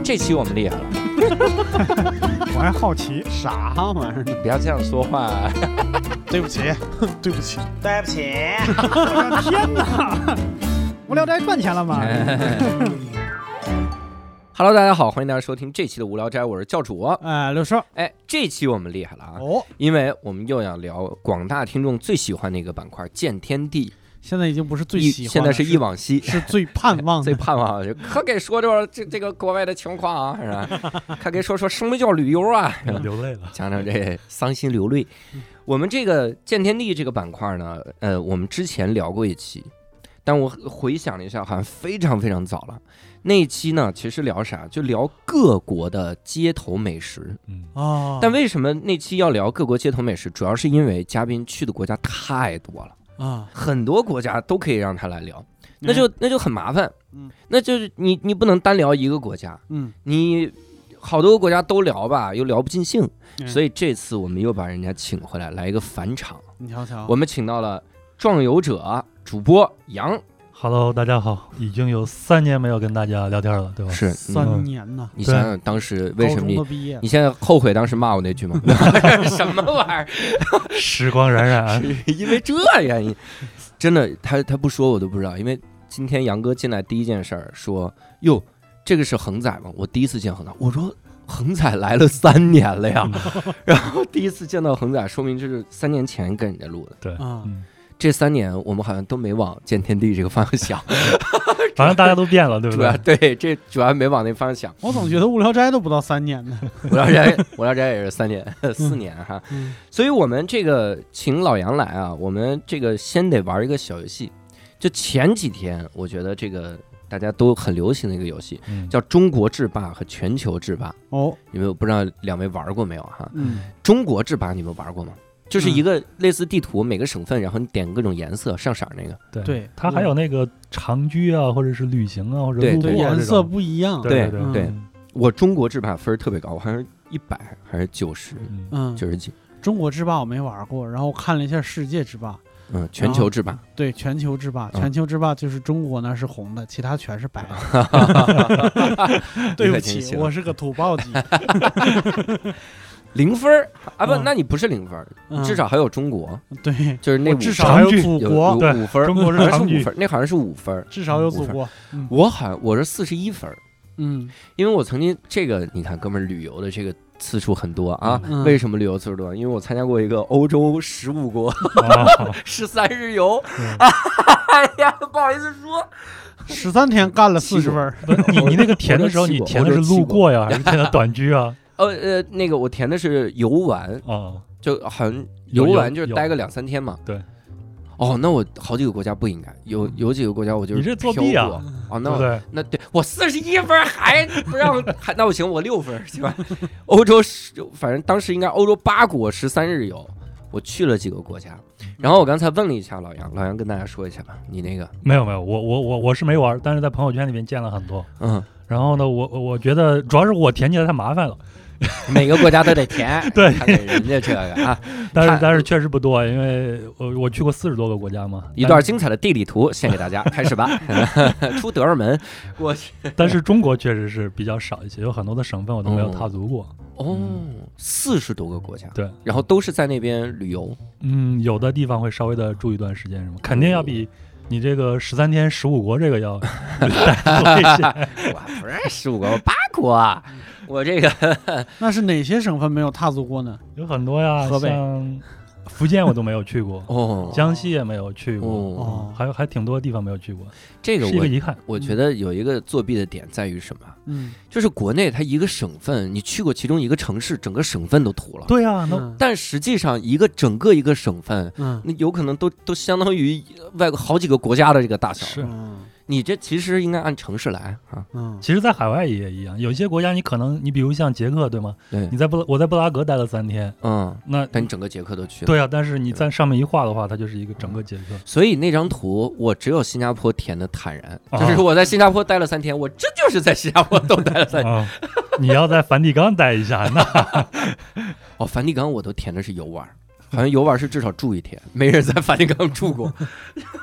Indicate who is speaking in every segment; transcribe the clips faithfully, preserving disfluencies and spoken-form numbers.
Speaker 1: 这期我们厉害了。
Speaker 2: 我还好奇
Speaker 3: 啥玩意儿？
Speaker 1: 不要这样说话。
Speaker 3: 对不起，对不起，对不起！
Speaker 2: 我的天哪！无聊斋赚钱了吗
Speaker 1: ？Hello， 大家好，欢迎大家收听这期的无聊斋，我是教主。
Speaker 2: 哎，刘叔，
Speaker 1: 哎，这期我们厉害了啊！
Speaker 2: 哦，
Speaker 1: 因为我们又要聊广大听众最喜欢的一个板块——见天地。
Speaker 2: 现在已经不是最喜欢，
Speaker 1: 现在是忆往昔，
Speaker 2: 是最盼望的，
Speaker 1: 最盼望的。可给说说这这个国外的情况啊，是吧？可给说说什么叫旅游啊？
Speaker 4: 流泪了，
Speaker 1: 讲讲这伤心流泪。我们这个见天地这个板块呢，呃，我们之前聊过一期，但我回想了一下，好像非常非常早了。那一期呢，其实聊啥？就聊各国的街头美食。
Speaker 4: 嗯
Speaker 2: 啊，
Speaker 1: 但为什么那期要聊各国街头美食？主要是因为嘉宾去的国家太多了。
Speaker 2: 啊，
Speaker 1: 很多国家都可以让他来聊，那就那就很麻烦，
Speaker 2: 嗯，
Speaker 1: 那就是你你不能单聊一个国家，
Speaker 2: 嗯，
Speaker 1: 你好多个国家都聊吧，又聊不尽兴，
Speaker 2: 嗯、
Speaker 1: 所以这次我们又把人家请回来，来一个返场。
Speaker 2: 你瞧瞧，
Speaker 1: 我们请到了壮游者主播杨。
Speaker 4: Hello， 大家好，已经有三年没有跟大家聊天了，对吧？
Speaker 1: 是
Speaker 2: 三年呢、
Speaker 1: 嗯。你想想当时为什么你你现在后悔当时骂我那句吗？什么玩意儿？
Speaker 4: 时光荏苒，
Speaker 1: 是因为这原因。真的，他他不说我都不知道，因为今天杨哥进来第一件事儿说：“哟，这个是恒仔吗？”我第一次见恒仔，我说恒仔来了三年了呀。然后第一次见到恒仔，说明这是三年前跟人家录的。
Speaker 4: 对啊。嗯，
Speaker 1: 这三年我们好像都没往见天地这个方向想，
Speaker 4: 反正大家都变了，对不对？
Speaker 1: 主要对，这主要没往那方向想。
Speaker 2: 我总觉得无聊斋都不到三年呢，
Speaker 1: 无聊斋无聊斋也是三年四年哈、嗯。所以我们这个请老杨来啊，我们这个先得玩一个小游戏。就前几天，我觉得这个大家都很流行的一个游戏，
Speaker 4: 嗯、
Speaker 1: 叫中国制霸和全球制霸。
Speaker 2: 哦，
Speaker 1: 你们不知道两位玩过没有哈？
Speaker 2: 嗯，
Speaker 1: 中国制霸你们玩过吗？就是一个类似地图，每个省份，然后你点各种颜色上色那个。
Speaker 4: 对
Speaker 2: 对，
Speaker 4: 它还有那个长居啊，或者是旅行啊，或者路
Speaker 1: 过、
Speaker 2: 啊、颜色不一样。
Speaker 1: 对
Speaker 4: 对
Speaker 1: 对, 对、嗯，我中国制霸分特别高，我好像是一百还是九十，嗯，九十几。
Speaker 2: 中国制霸我没玩过，然后看了一下世界制霸，
Speaker 1: 嗯，全球制霸。
Speaker 2: 对，全球制霸，全球制霸就是中国那是红的，其他全是白的。对不起，我是个土包鸡。
Speaker 1: 零分啊不、嗯，那你不是零分、嗯，至少还有中国，
Speaker 2: 对，
Speaker 1: 就是那
Speaker 2: 至少还有祖国，
Speaker 1: 有五分，
Speaker 4: 中国是
Speaker 1: 五分，那好像是五分，
Speaker 2: 至少有祖国。
Speaker 1: 嗯、我好像我是四十一分，
Speaker 2: 嗯，
Speaker 1: 因为我曾经这个你看，哥们儿旅游的这个次数很多啊、
Speaker 2: 嗯，
Speaker 1: 为什么旅游次数多？因为我参加过一个欧洲十五国十三日游，哎呀，不好意思说。
Speaker 2: 十三天干了四十分，
Speaker 4: 你你那个填的时候，你填的是路过呀，还是填的短居啊？
Speaker 1: 呃呃，那个我填的是游玩
Speaker 4: 啊、哦，
Speaker 1: 就好像游玩就是待个两三天嘛。
Speaker 4: 对。
Speaker 1: 哦，那我好几个国家不应该，有有几个国家我就是
Speaker 4: 你这作弊啊！
Speaker 1: 哦，那
Speaker 4: 对对
Speaker 1: 那对我四十一分还不让，还那我行，我六分行吧？欧洲反正当时应该欧洲八国十三日游，我去了几个国家。然后我刚才问了一下老杨，老杨跟大家说一下吧，你那个
Speaker 4: 没有没有，我我我我是没玩，但是在朋友圈里面见了很多。
Speaker 1: 嗯，
Speaker 4: 然后呢，我我觉得主要是我填起来太麻烦了。
Speaker 1: 每个国家都得填，
Speaker 4: 对，
Speaker 1: 看看人家这个啊，
Speaker 4: 但是但是确实不多，因为我我去过四十多个国家嘛。
Speaker 1: 一段精彩的地理图献给大家，开始吧。出德尔门，我去。
Speaker 4: 但是中国确实是比较少一些，有很多的省份我都没有踏足过。
Speaker 1: 哦，四十多个国家，
Speaker 4: 对，
Speaker 1: 然后都是在那边旅游。
Speaker 4: 嗯，有的地方会稍微的住一段时间，什么肯定要比你这个十三天十五国这个要多一些。
Speaker 1: 我不是十五国，我八国啊。我这个
Speaker 2: 那是哪些省份没有踏足过呢？
Speaker 4: 有很多呀，
Speaker 2: 河北、
Speaker 4: 像福建我都没有去过，
Speaker 1: 哦，
Speaker 4: 江西也没有去过，
Speaker 2: 哦，
Speaker 4: 还有还挺多地方没有去过。
Speaker 1: 这个
Speaker 4: 是一个遗憾。
Speaker 1: 我觉得有一个作弊的点在于什么？
Speaker 2: 嗯，
Speaker 1: 就是国内它一个省份，你去过其中一个城市，整个省份都涂了。
Speaker 4: 对啊，那、
Speaker 2: 嗯、
Speaker 1: 但实际上一个整个一个省份，
Speaker 2: 嗯，
Speaker 1: 那有可能都都相当于外国好几个国家的这个大小。
Speaker 4: 是。
Speaker 2: 嗯，
Speaker 1: 你这其实应该按城市来啊。
Speaker 2: 嗯，
Speaker 4: 其实，在海外也一样，有些国家你可能，你比如像捷克，对吗？
Speaker 1: 对，
Speaker 4: 你在布我在布拉格待了三天，
Speaker 1: 嗯，
Speaker 4: 那
Speaker 1: 但你整个捷克都去了。
Speaker 4: 对啊，但是你在上面一画的话，它就是一个整个捷克。
Speaker 1: 所以那张图我只有新加坡填的坦然，啊、就是我在新加坡待了三天，我这就是在新加坡都待了三天。
Speaker 4: 啊、你要在梵蒂冈待一下，那
Speaker 1: 哦，梵蒂冈我都填的是游玩，好像游玩是至少住一天，没人在梵蒂冈住过。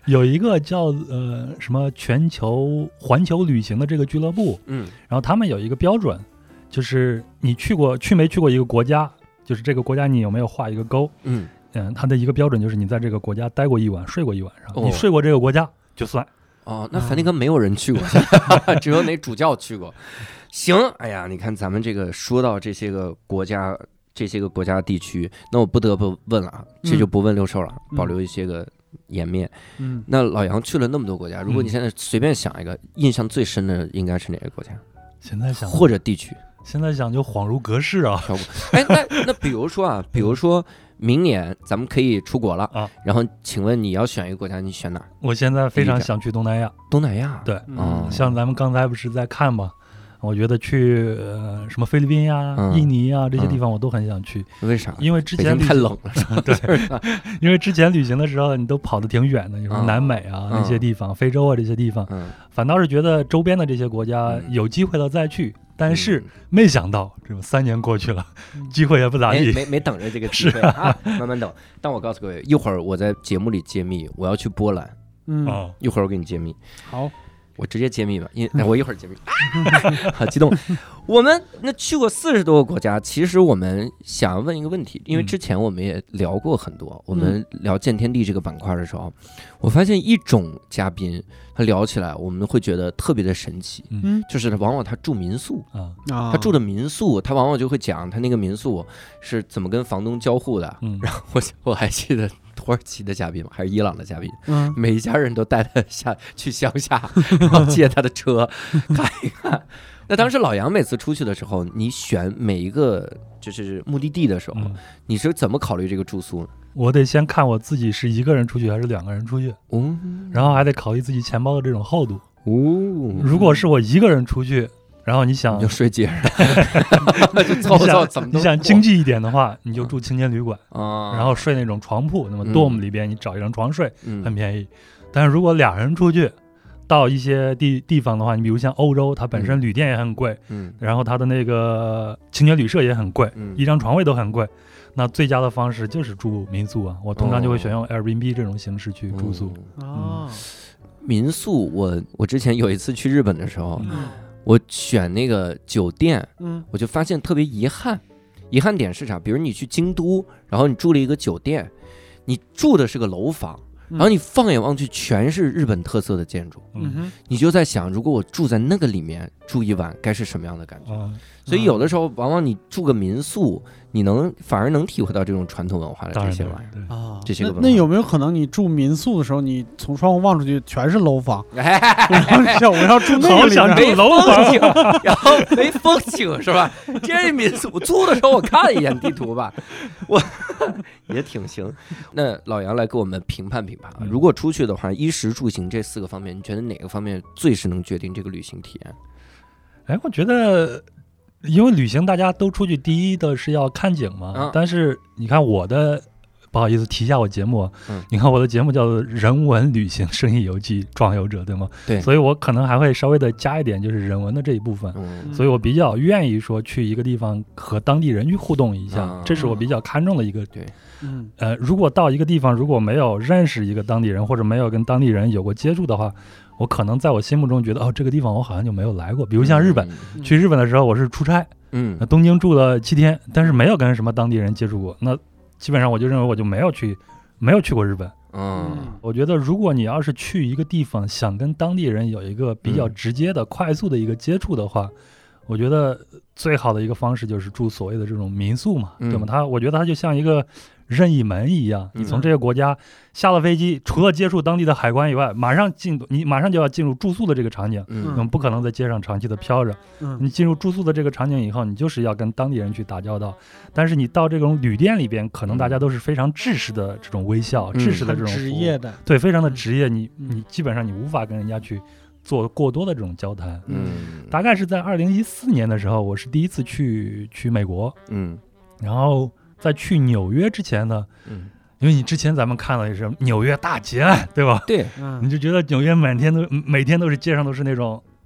Speaker 4: 有一个叫呃什么全球环球旅行的这个俱乐部，
Speaker 1: 嗯，
Speaker 4: 然后他们有一个标准，就是你去过去没去过一个国家，就是这个国家你有没有画一个勾，
Speaker 1: 嗯
Speaker 4: 嗯，它的一个标准就是你在这个国家待过一晚，睡过一晚上，
Speaker 1: 哦
Speaker 4: 你睡过这个国家就算。
Speaker 1: 哦，那梵蒂冈没有人去过，只有那主教去过。行，哎呀，你看咱们这个说到这些个国家。这些个国家地区，那我不得不问了啊，这就不问六兽了，
Speaker 2: 嗯、
Speaker 1: 保留一些个颜面。
Speaker 2: 嗯，
Speaker 1: 那老杨去了那么多国家，如果你现在随便想一个，印象最深的应该是哪个国家？
Speaker 4: 现在想
Speaker 1: 或者地区？
Speaker 4: 现在想就恍如隔世啊！
Speaker 1: 哎，那那比如说啊，比如说明年咱们可以出国了啊，然后请问你要选一个国家，你选哪？
Speaker 4: 我现在非常想去东南亚。
Speaker 1: 东南亚？
Speaker 4: 对，
Speaker 1: 嗯，
Speaker 4: 像咱们刚才不是在看吗？我觉得去呃什么菲律宾呀、嗯、印尼呀这些地方我都很想去。
Speaker 1: 嗯、为啥？
Speaker 4: 因为之前
Speaker 1: 太冷了，是吧？
Speaker 4: 对，因为之前旅行的时候你都跑得挺远的，你说南美啊、嗯、那些地方、非洲啊这些地方，嗯、反倒是觉得周边的这些国家有机会了再去。嗯、但是没想到，这么三年过去了，嗯、机会也不咋地，
Speaker 1: 没没等着这个机会啊，慢慢等。但我告诉各位，一会儿我在节目里揭秘，我要去波兰。
Speaker 2: 嗯，
Speaker 1: 一会儿我给你揭秘。
Speaker 2: 好。
Speaker 1: 我直接揭秘吧，因我一会儿揭秘，好激动。我们那去过四十多个国家，其实我们想要问一个问题，因为之前我们也聊过很多，嗯、我们聊见天地这个板块的时候，我发现一种嘉宾他聊起来，我们会觉得特别的神奇，
Speaker 2: 嗯，
Speaker 1: 就是往往他住民宿
Speaker 4: 啊，
Speaker 1: 他住的民宿，他往往就会讲他那个民宿是怎么跟房东交互的，
Speaker 4: 嗯，
Speaker 1: 然后我我还记得。土耳其的嘉宾还是伊朗的嘉宾，
Speaker 2: 嗯，
Speaker 1: 每一家人都带他下去乡下，然后借他的车看一看。那当时老杨每次出去的时候，你选每一个就是目的地的时候，嗯、你是怎么考虑这个住宿呢？
Speaker 4: 我得先看我自己是一个人出去还是两个人出去，
Speaker 1: 哦，
Speaker 4: 然后还得考虑自己钱包的这种厚度。
Speaker 1: 哦，
Speaker 4: 如果是我一个人出去。然后你想
Speaker 1: 你就睡街上，就凑凑怎么
Speaker 4: 你想经济一点的话，你就住青年旅馆
Speaker 1: 啊，
Speaker 4: 然后睡那种床铺。那么 dorm 里边你找一张床睡，
Speaker 1: 嗯、
Speaker 4: 很便宜。但是如果俩人出去到一些地地方的话，你比如像欧洲，它本身旅店也很贵，
Speaker 1: 嗯，
Speaker 4: 然后它的那个青年旅社也很贵，
Speaker 1: 嗯，
Speaker 4: 一张床位都很贵。那最佳的方式就是住民宿啊，我通常就会选用 Airbnb 这种形式去住宿。
Speaker 2: 哦，嗯、
Speaker 1: 民宿，我我之前有一次去日本的时候。
Speaker 2: 嗯，
Speaker 1: 我选那个酒店，
Speaker 2: 嗯，
Speaker 1: 我就发现特别遗憾，遗憾点是啥？比如你去京都，然后你住了一个酒店，你住的是个楼房，然后你放眼望去全是日本特色的建筑，
Speaker 2: 嗯哼，
Speaker 1: 你就在想，如果我住在那个里面住一晚，该是什么样的感觉？
Speaker 4: 嗯、
Speaker 1: 所以有的时候，往往你住个民宿，你能反而能体会到这种传统文化的这些玩意
Speaker 2: 儿啊。
Speaker 1: 这些个文化
Speaker 2: 那, 那有没有可能你住民宿的时候，你从窗户望出去全是楼房？然后你想我要住那个里面，
Speaker 1: 没楼房，然后没风景是吧？这民宿租的时候我看一眼地图吧，我也挺行。那老杨来给我们评判评判啊，如果出去的话，衣食住行这四个方面，你觉得哪个方面最是能决定这个旅行体验？
Speaker 4: 哎，我觉得。因为旅行大家都出去，第一的是要看景嘛。
Speaker 1: 嗯、
Speaker 4: 但是你看我的，不好意思提一下我节目，
Speaker 1: 嗯、
Speaker 4: 你看我的节目叫做《人文旅行生意游记壮游者》，对吗？
Speaker 1: 对。
Speaker 4: 所以我可能还会稍微的加一点，就是人文的这一部分。
Speaker 1: 嗯、
Speaker 4: 所以我比较愿意说去一个地方和当地人去互动一下，
Speaker 1: 嗯、
Speaker 4: 这是我比较看重的一个。
Speaker 1: 对。
Speaker 2: 嗯。
Speaker 4: 呃，如果到一个地方如果没有认识一个当地人，或者没有跟当地人有过接触的话。我可能在我心目中觉得，哦，这个地方我好像就没有来过。比如像日本，
Speaker 2: 嗯、
Speaker 4: 去日本的时候我是出差，
Speaker 1: 嗯，
Speaker 4: 东京住了七天，但是没有跟什么当地人接触过。那基本上我就认为我就没有去，没有去过日本。
Speaker 1: 嗯，
Speaker 4: 我觉得如果你要是去一个地方，想跟当地人有一个比较直接的、嗯、快速的一个接触的话，我觉得最好的一个方式就是住所谓的这种民宿嘛，
Speaker 1: 嗯、
Speaker 4: 对吗？它我觉得它就像一个。任意门一样，你从这个国家下了飞机，除了接触当地的海关以外，马上进你马上就要进入住宿的这个场景，
Speaker 1: 嗯，
Speaker 4: 嗯不可能在街上长期的飘着。
Speaker 2: 嗯，
Speaker 4: 你进入住宿的这个场景以后，你就是要跟当地人去打交道。但是你到这种旅店里边，可能大家都是非常制式的这种微笑，
Speaker 1: 嗯、
Speaker 4: 制式的这种
Speaker 2: 职业的，
Speaker 4: 对，非常的职业。你你基本上你无法跟人家去做过多的这种交谈。
Speaker 1: 嗯，
Speaker 4: 大概是在二零一四年的时候，我是第一次去去美国，
Speaker 1: 嗯，
Speaker 4: 然后在去纽约之前呢，
Speaker 1: 嗯。
Speaker 4: 因为你之前咱们看了也是纽约大劫案，对吧？
Speaker 1: 对，
Speaker 4: 你就觉得纽约每天都每天都是街上都是那种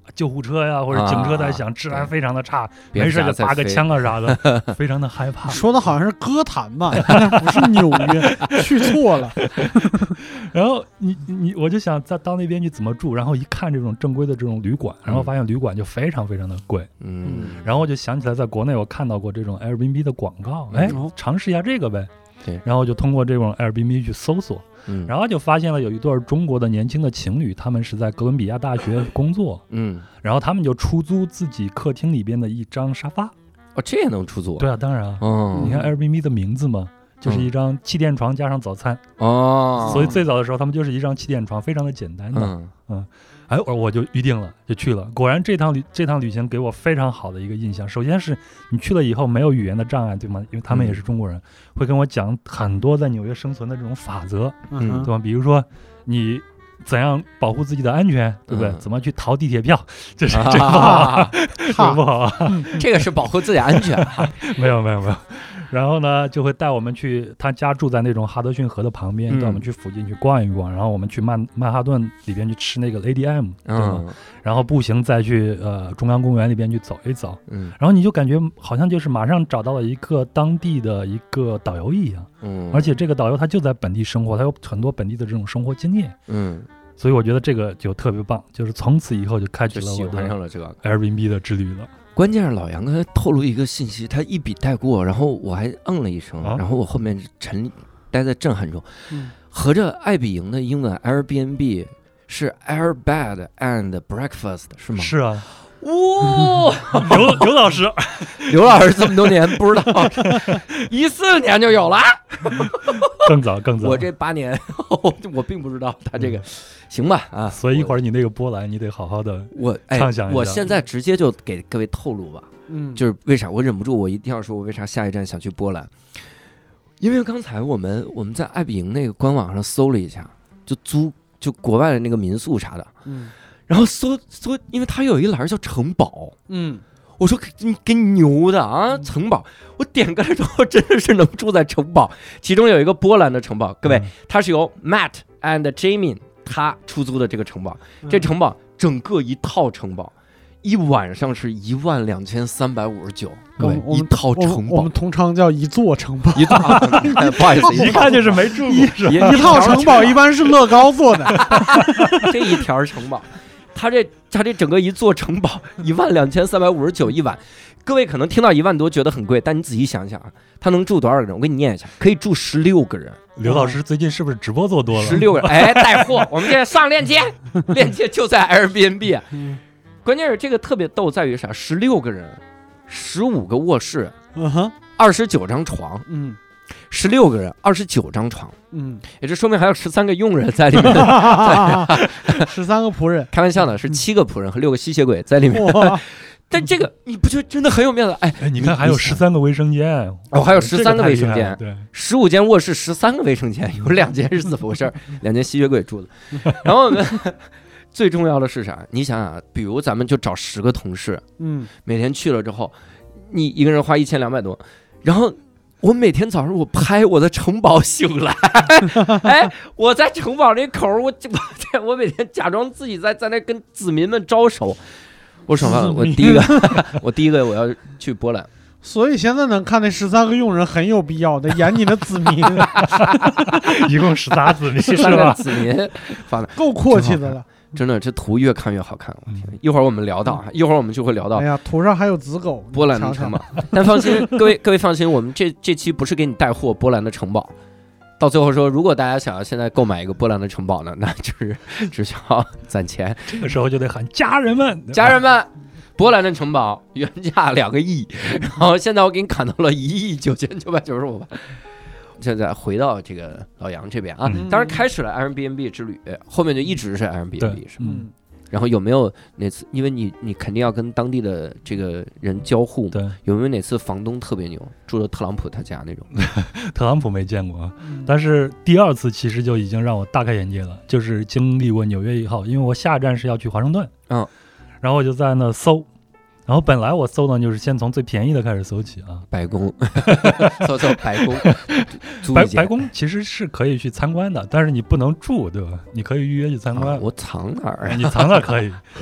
Speaker 4: 救护车呀或者警车在响，治安非常的差，没事就拔个枪啊啥的，非常的害怕。
Speaker 2: 说的好像是歌坛吧，那不是纽约，去错了。
Speaker 4: 然后你你我就想在到那边去怎么住，然后一看这种正规的这种旅馆，然后发现旅馆就非常非常的贵，
Speaker 1: 嗯，
Speaker 4: 然后我就想起来在国内我看到过这种 Airbnb 的广告，哎，尝试一下这个呗。
Speaker 1: 对，
Speaker 4: 然后就通过这种 Airbnb 去搜索，嗯，然后就发现了有一对中国的年轻的情侣，他们是在哥伦比亚大学工作，嗯，然后他们就出租自己客厅里边的一张沙发。
Speaker 1: 哦，这也能出租？
Speaker 4: 对啊，当然啊，嗯，你看 Airbnb 的名字嘛，就是一张气垫床加上早餐哦，所以最早的时候他们就是一张气垫床，非常的简单的，嗯嗯。哎，我就预定了，就去了。果然这趟旅这趟旅行给我非常好的一个印象。首先是你去了以后没有语言的障碍，对吗？因为他们也是中国人，嗯、会跟我讲很多在纽约生存的这种法则，嗯，对吧？比如说你怎样保护自己的安全，对不对？嗯、怎么去逃地铁票，这是、啊、这个不好，这个不好啊。
Speaker 1: 这个是保护自己安全、啊。
Speaker 4: 没有没有没有。然后呢，就会带我们去，他家住在那种哈德逊河的旁边，带我们去附近去逛一逛，然后我们去曼曼哈顿里边去吃那个 Lady M， 对吗？嗯、然后步行再去呃中央公园里边去走一走，嗯，然后你就感觉好像就是马上找到了一个当地的一个导游一样，嗯，而且这个导游他就在本地生活，他有很多本地的这种生活经验，嗯。所以我觉得这个就特别棒，就是从此以后就开启了我的 Airbnb 的之旅了。
Speaker 1: 关键是老杨刚才透露一个信息，他一笔带过，然后我还嗯了一声，啊、然后我后面沉待在震撼中。嗯、合着爱彼迎的英文 Airbnb 是 Airbed and Breakfast 是吗？
Speaker 4: 是啊。
Speaker 1: 哇、哦，
Speaker 4: 刘刘老师，
Speaker 1: 刘老师这么多年不知道，一四年就有了，
Speaker 4: 更早更早。
Speaker 1: 我这八年，我并不知道他这个，嗯、行吧啊。
Speaker 4: 所以一会儿你那个波兰，你得好好的
Speaker 1: 我
Speaker 4: 畅想一下。
Speaker 1: 我现在直接就给各位透露吧，嗯，就是为啥我忍不住，我一定要说，我为啥下一站想去波兰，因为刚才我们我们在爱彼迎那个官网上搜了一下，就租就国外的那个民宿啥的，嗯。然后搜搜，因为它有一栏叫城堡，嗯，我说你给牛的啊，城堡，我点开了之后真的是能住在城堡，其中有一个波兰的城堡，各位，它是由 Matt and Jamie 他出租的这个城堡，这城堡整个一套城堡，一晚上是一万两千三百五十九，各位一套城堡，
Speaker 2: 我们通常叫一座城堡，
Speaker 1: 一套，不好意思，
Speaker 4: 一看就是没住过，
Speaker 2: 一一套城堡一般是乐高做的，
Speaker 1: 这一条城堡。他这他这整个一座城堡一万两千三百五十九一晚，各位可能听到一万多觉得很贵，但你仔细想想啊，他能住多少个人？我给你念一下，可以住十六个人。
Speaker 4: 刘老师最近是不是直播做多了？
Speaker 1: 十六个人，哎，带货，我们现在上链接，链接就在 Airbnb。关键是这个特别逗在于啥？十六个人，十五个卧室，嗯哼，二十九张床，嗯。十六个人，二十九张床，嗯，也就说明还有十三个佣人在里面，
Speaker 2: 十三个仆人，
Speaker 1: 开玩笑的，是七个仆人和六个吸血鬼在里面。但这个你不觉得真的很有面子？哎，
Speaker 4: 哎你看还有十三个卫生间，
Speaker 1: 哦，还有十三个卫生间，
Speaker 4: 对，
Speaker 1: 十五间卧室，十三个卫生间，有两间是怎么回事？两间吸血鬼住的。然后我们最重要的是啥？你想想，比如咱们就找十个同事，嗯，每天去了之后，你一个人花一千两百多，然后。我每天早上我拍我的城堡醒来，哎，我在城堡那口我我我每天假装自己在在那跟子民们招手。我说完了，我第一个我第一个我要去波兰。
Speaker 2: 所以现在能看那十三个佣人很有必要的，演你的子民，
Speaker 4: 一共十仨子民，
Speaker 1: 十三个子民，发的
Speaker 2: 够阔气的了。
Speaker 1: 真的，这图越看越好看，我天！一会儿我们聊到，一会儿我们就会聊到。
Speaker 2: 哎呀，图上还有子狗，
Speaker 1: 波兰的城堡。但放心，各位各位放心，我们这这期不是给你带货波兰的城堡。到最后说，如果大家想要现在购买一个波兰的城堡呢，那就是只需要攒钱。
Speaker 4: 这个时候就得喊家人们，
Speaker 1: 家人们，波兰的城堡原价两个亿，然后现在我给你砍到了一亿九千九百九十五万。现在回到这个老杨这边啊，嗯、当然开始了 Airbnb 之旅，后面就一直是 Airbnb 是吗？嗯。然后有没有哪次，因为你你肯定要跟当地的这个人交互，
Speaker 4: 对，
Speaker 1: 有没有哪次房东特别牛，住了特朗普他家那种？
Speaker 4: 特朗普没见过啊，嗯、但是第二次其实就已经让我大开眼界了，就是经历过纽约以后，因为我下站是要去华盛顿，嗯，然后我就在那搜。然后本来我搜呢，就是先从最便宜的开始搜起啊，
Speaker 1: 白宫，搜搜白宫，
Speaker 4: 白白宫其实是可以去参观的，但是你不能住，对吧？你可以预约去参观。
Speaker 1: 啊、我藏哪儿？
Speaker 4: 你藏哪儿可以？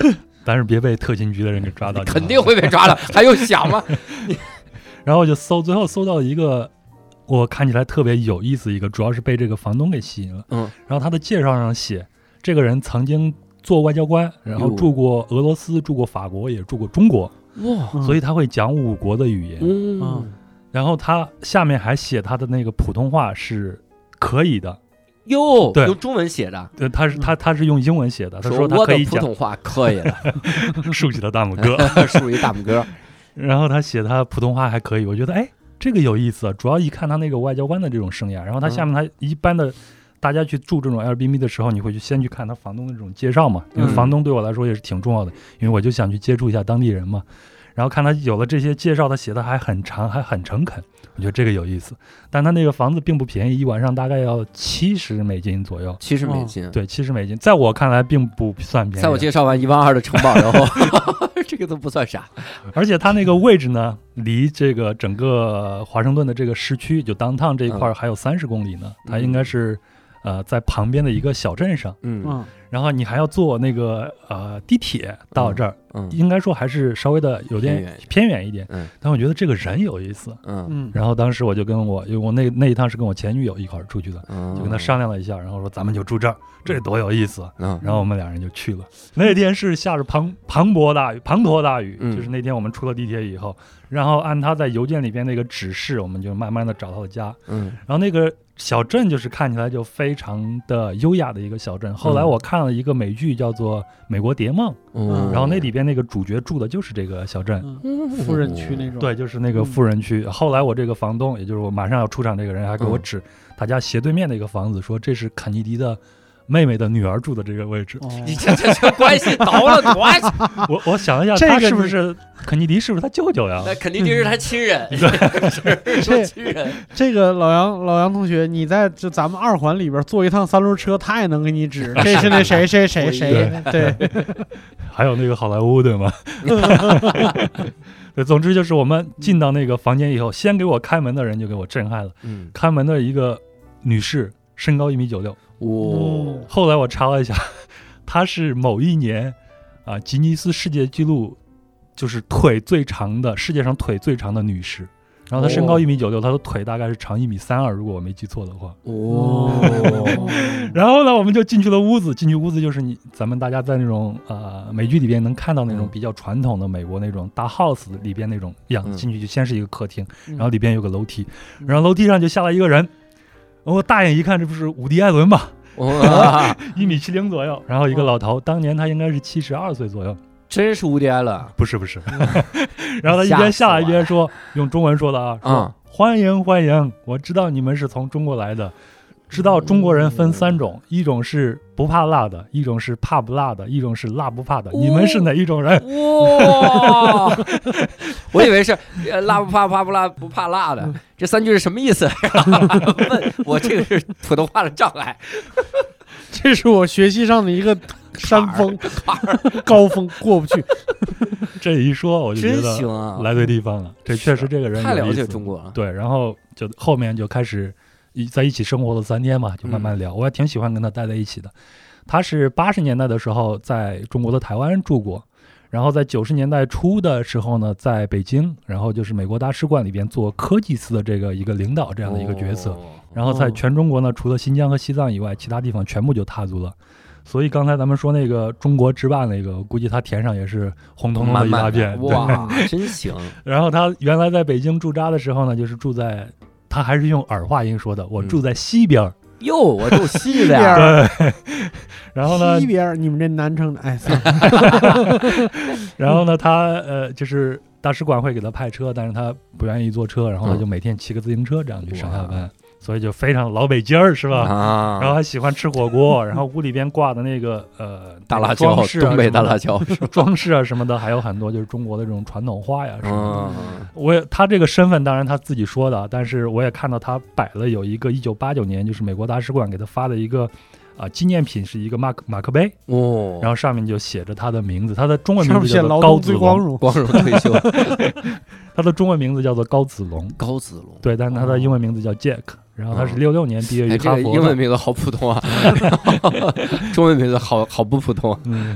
Speaker 4: 但是别被特勤局的人给抓到。
Speaker 1: 肯定会被抓的，还用想吗？
Speaker 4: 然后我就搜，最后搜到一个我看起来特别有意思一个，主要是被这个房东给吸引了。
Speaker 1: 嗯，
Speaker 4: 然后他的介绍上写，这个人曾经做外交官，然后住过俄罗斯，住过法国，也住过中国。
Speaker 1: 哇，
Speaker 4: 所以他会讲五国的语言。
Speaker 1: 嗯，
Speaker 2: 嗯
Speaker 4: 然后他下面还写他的那个普通话是可以的。
Speaker 1: 哟，
Speaker 4: 对，
Speaker 1: 用中文写的。
Speaker 4: 对，他是他他是用英文写的。他
Speaker 1: 说
Speaker 4: 他可以讲
Speaker 1: 普通话可以的，
Speaker 4: 竖起了大拇哥，
Speaker 1: 竖一大拇哥。
Speaker 4: 然后他写他普通话还可以，我觉得哎，这个有意思。主要一看他那个外交官的这种生涯，然后他下面他一般的。大家去住这种 Airbnb 的时候，你会去先去看他房东的这种介绍嘛？因为房东对我来说也是挺重要的，因为我就想去接触一下当地人嘛。然后看他有了这些介绍，他写的还很长，还很诚恳，我觉得这个有意思。但他那个房子并不便宜，一晚上大概要七十美金左右。
Speaker 1: 七十美金，
Speaker 4: 哦、对，七十美金，在我看来并不算便宜。
Speaker 1: 在我介绍完一万二的城堡然后，这个都不算啥。
Speaker 4: 而且他那个位置呢，离这个整个华盛顿的这个市区，就 downtown 这一块还有三十公里呢。嗯、他应该是。呃，在旁边的一个小镇上，
Speaker 1: 嗯，
Speaker 4: 然后你还要坐那个呃地铁到这儿，
Speaker 1: 嗯，
Speaker 4: 应该说还是稍微的有点偏远一点，
Speaker 1: 嗯，
Speaker 4: 但我觉得这个人有意思，
Speaker 1: 嗯
Speaker 2: 嗯，
Speaker 4: 然后当时我就跟我，因为我那那一趟是跟我前女友一块儿出去的，
Speaker 1: 嗯，
Speaker 4: 就跟他商量了一下，然后说咱们就住这儿，这多有意思，
Speaker 1: 嗯，
Speaker 4: 然后我们俩人就去了。那天是下着磅磅礴大雨，滂沱大雨，
Speaker 1: 嗯，
Speaker 4: 就是那天我们出了地铁以后，然后按他在邮件里边那个指示，我们就慢慢的找到了家，
Speaker 1: 嗯，
Speaker 4: 然后那个。小镇就是看起来就非常的优雅的一个小镇。后来我看了一个美剧叫做《美国谍梦》，
Speaker 1: 嗯，
Speaker 4: 然后那里边那个主角住的就是这个小镇，
Speaker 2: 嗯、富人区那种。
Speaker 4: 对，就是那个富人区。嗯、后来我这个房东，也就是我马上要出场这个人，还给我指他家斜对面的一个房子，说这是肯尼迪的妹妹的女儿住的这个位置。
Speaker 2: 哦、
Speaker 1: 你这这这关系倒了多久？
Speaker 4: 我我想一下，他是不是肯尼迪？是不是他舅舅呀？
Speaker 1: 那肯尼迪是他亲人，
Speaker 2: 是
Speaker 1: 说亲人。
Speaker 2: 这个老杨老杨同学，你在这咱们二环里边坐一趟三轮车，他也能给你指，这是那谁谁谁谁，对。
Speaker 4: 还有那个好莱坞对吗？对，总之就是我们进到那个房间以后，先给我开门的人就给我震撼了。
Speaker 1: 嗯，
Speaker 4: 开门的一个女士，身高一米九六。
Speaker 1: 哦，
Speaker 4: 后来我查了一下，她是某一年啊吉尼斯世界纪录，就是腿最长的世界上腿最长的女士。然后她身高一米九六，她的腿大概是长一米三二，如果我没记错的话。
Speaker 1: 哦，
Speaker 4: 然后呢，我们就进去了屋子。进去屋子就是你咱们大家在那种呃美剧里边能看到那种比较传统的美国那种大 house 里边那种样子。进去就先是一个客厅，然后里边有个楼梯，然后楼梯上就下来一个人。我大眼一看，这不是伍迪·艾伦吗？一米七零左右，然后一个老头，当年他应该是七十二岁左右。
Speaker 1: 真是伍迪·艾伦？
Speaker 4: 不是不是。然后他一边下来一边说，用中文说的啊，说欢迎欢迎，我知道你们是从中国来的，知道中国人分三种，一种是不怕辣的，一种是怕不辣的，一种是辣不怕的，你们是哪一种人？
Speaker 1: 哇！我以为是辣不怕怕不辣不怕辣的，这三句是什么意思？问我这个是普通话的障碍，
Speaker 2: 这是我学习上的一个山峰高峰过不去。
Speaker 4: 这一说我就觉得来对地方了，这确实这个人
Speaker 1: 太了解中国了。
Speaker 4: 对，然后就后面就开始在一起生活了三天嘛，就慢慢聊。嗯、我也挺喜欢跟他待在一起的。他是八十年代的时候在中国的台湾住过，然后在九十年代初的时候呢，在北京，然后就是美国大使馆里边做科技司的这个一个领导这样的一个角色。哦、然后在全中国呢，除了新疆和西藏以外，其他地方全部就踏足了。所以刚才咱们说那个中国之霸那个，估计他填上也是红彤彤的一大片。
Speaker 1: 慢慢哇，真行！
Speaker 4: 然后他原来在北京驻扎的时候呢，就是住在，他还是用儿化音说的，我住在西边。嗯
Speaker 1: 哟，我住西边。
Speaker 4: 对。然后呢？
Speaker 2: 西边，你们这南城的，哎，算
Speaker 4: 了。然后呢，他呃，就是大使馆会给他派车，但是他不愿意坐车，然后他就每天骑个自行车这样去上下班。所以就非常老北京儿是吧？
Speaker 1: 啊，
Speaker 4: 然后还喜欢吃火锅，然后屋里边挂的那个呃
Speaker 1: 大辣椒，东北大辣椒
Speaker 4: 装饰啊什么的，还有很多就是中国的这种传统花呀什么的。
Speaker 1: 嗯、
Speaker 4: 我也他这个身份当然他自己说的，但是我也看到他摆了有一个一九八九年就是美国大使馆给他发的一个啊、呃、纪念品，是一个马克马克杯
Speaker 1: 哦，
Speaker 4: 然后上面就写着他的名字，他的中文名字叫做高子龙，
Speaker 1: 光荣退休。
Speaker 4: 他的中文名字叫做高子龙，
Speaker 1: 高子龙
Speaker 4: 对，但是他的英文名字叫 Jack。然后他是六六年毕业于哈佛、
Speaker 1: 哎，这个英文名字好普通啊，中文名字好好不普通。
Speaker 4: 嗯，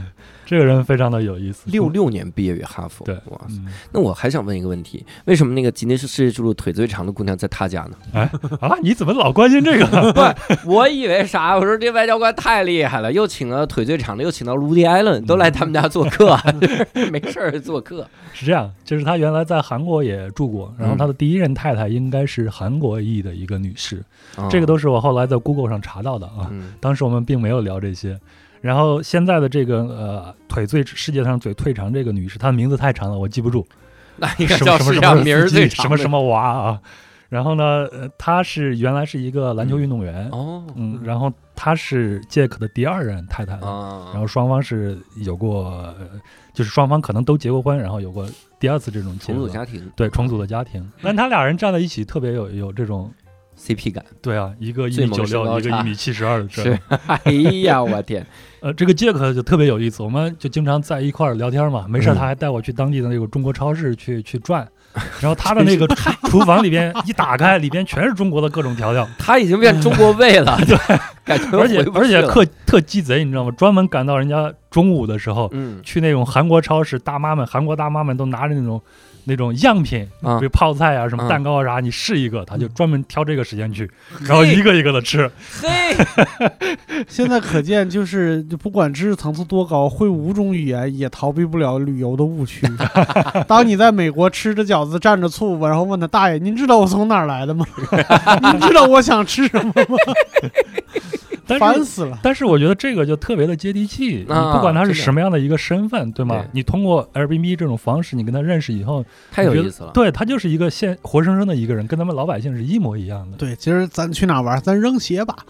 Speaker 4: 这个人非常的有意思。
Speaker 1: 六六年毕业于哈佛，
Speaker 4: 对，
Speaker 1: 哇塞、嗯！那我还想问一个问题，为什么那个吉尼斯世界纪录腿最长的姑娘在他家呢？
Speaker 4: 哎啊，你怎么老关心这个？
Speaker 1: 不，我以为啥？我说这外交官太厉害了，又请了腿最长的，又请到卢迪艾伦，都来他们家做客，没事儿做客。
Speaker 4: 是这样，就是他原来在韩国也住过，然后他的第一任太太应该是韩国裔的一个女士，嗯、这个都是我后来在 Google 上查到的啊。嗯、当时我们并没有聊这些。然后现在的这个呃腿最世界上最腿长这个女士，她的名字太长了，我记不住。
Speaker 1: 那应该叫世界上名儿最长
Speaker 4: 什么什么娃啊？然后呢，呃，她是原来是一个篮球运动员，
Speaker 1: 哦，
Speaker 4: 嗯，然后她是杰克的第二任太太，
Speaker 1: 哦、
Speaker 4: 然后双方是有过，呃、就是双方可能都结过婚，然后有过第二次这种
Speaker 1: 重组家庭，
Speaker 4: 对，重组的家庭。但他俩人站在一起，特别有有这种
Speaker 1: C P 感。
Speaker 4: 对啊，一个一米九六，一个一米七十二的这
Speaker 1: 是，哎呀，我天！
Speaker 4: 呃，这个杰克就特别有意思，我们就经常在一块儿聊天嘛，没事他还带我去当地的那个中国超市去去转，然后他的那个厨房里边一打开，里边全是中国的各种调料，
Speaker 1: 他已经变中国味了，对，感觉
Speaker 4: 而且而且特特鸡贼，你知道吗？专门赶到人家中午的时候，
Speaker 1: 嗯，
Speaker 4: 去那种韩国超市，大妈们，韩国大妈们都拿着那种。那种样品，比如泡菜啊、什么蛋糕啊啥，你试一个，他就专门挑这个时间去，然后一个一个的吃。
Speaker 1: 嘿，
Speaker 2: 现在可见，就是不管知识层次多高，会五种语言也逃避不了旅游的误区。当你在美国吃着饺子蘸着醋，然后问他大爷：“您知道我从哪儿来的吗？您知道我想吃什么吗？”烦死了！
Speaker 4: 但是我觉得这个就特别的接地气，
Speaker 1: 啊、
Speaker 4: 你不管他是什么样的一个身份，对吗？
Speaker 1: 对，
Speaker 4: 你通过 Airbnb 这种方式，你跟他认识以后，
Speaker 1: 太有意思了。
Speaker 4: 对，他就是一个现活生生的一个人，跟咱们老百姓是一模一样的。
Speaker 2: 对，今儿咱去哪玩？咱扔鞋吧。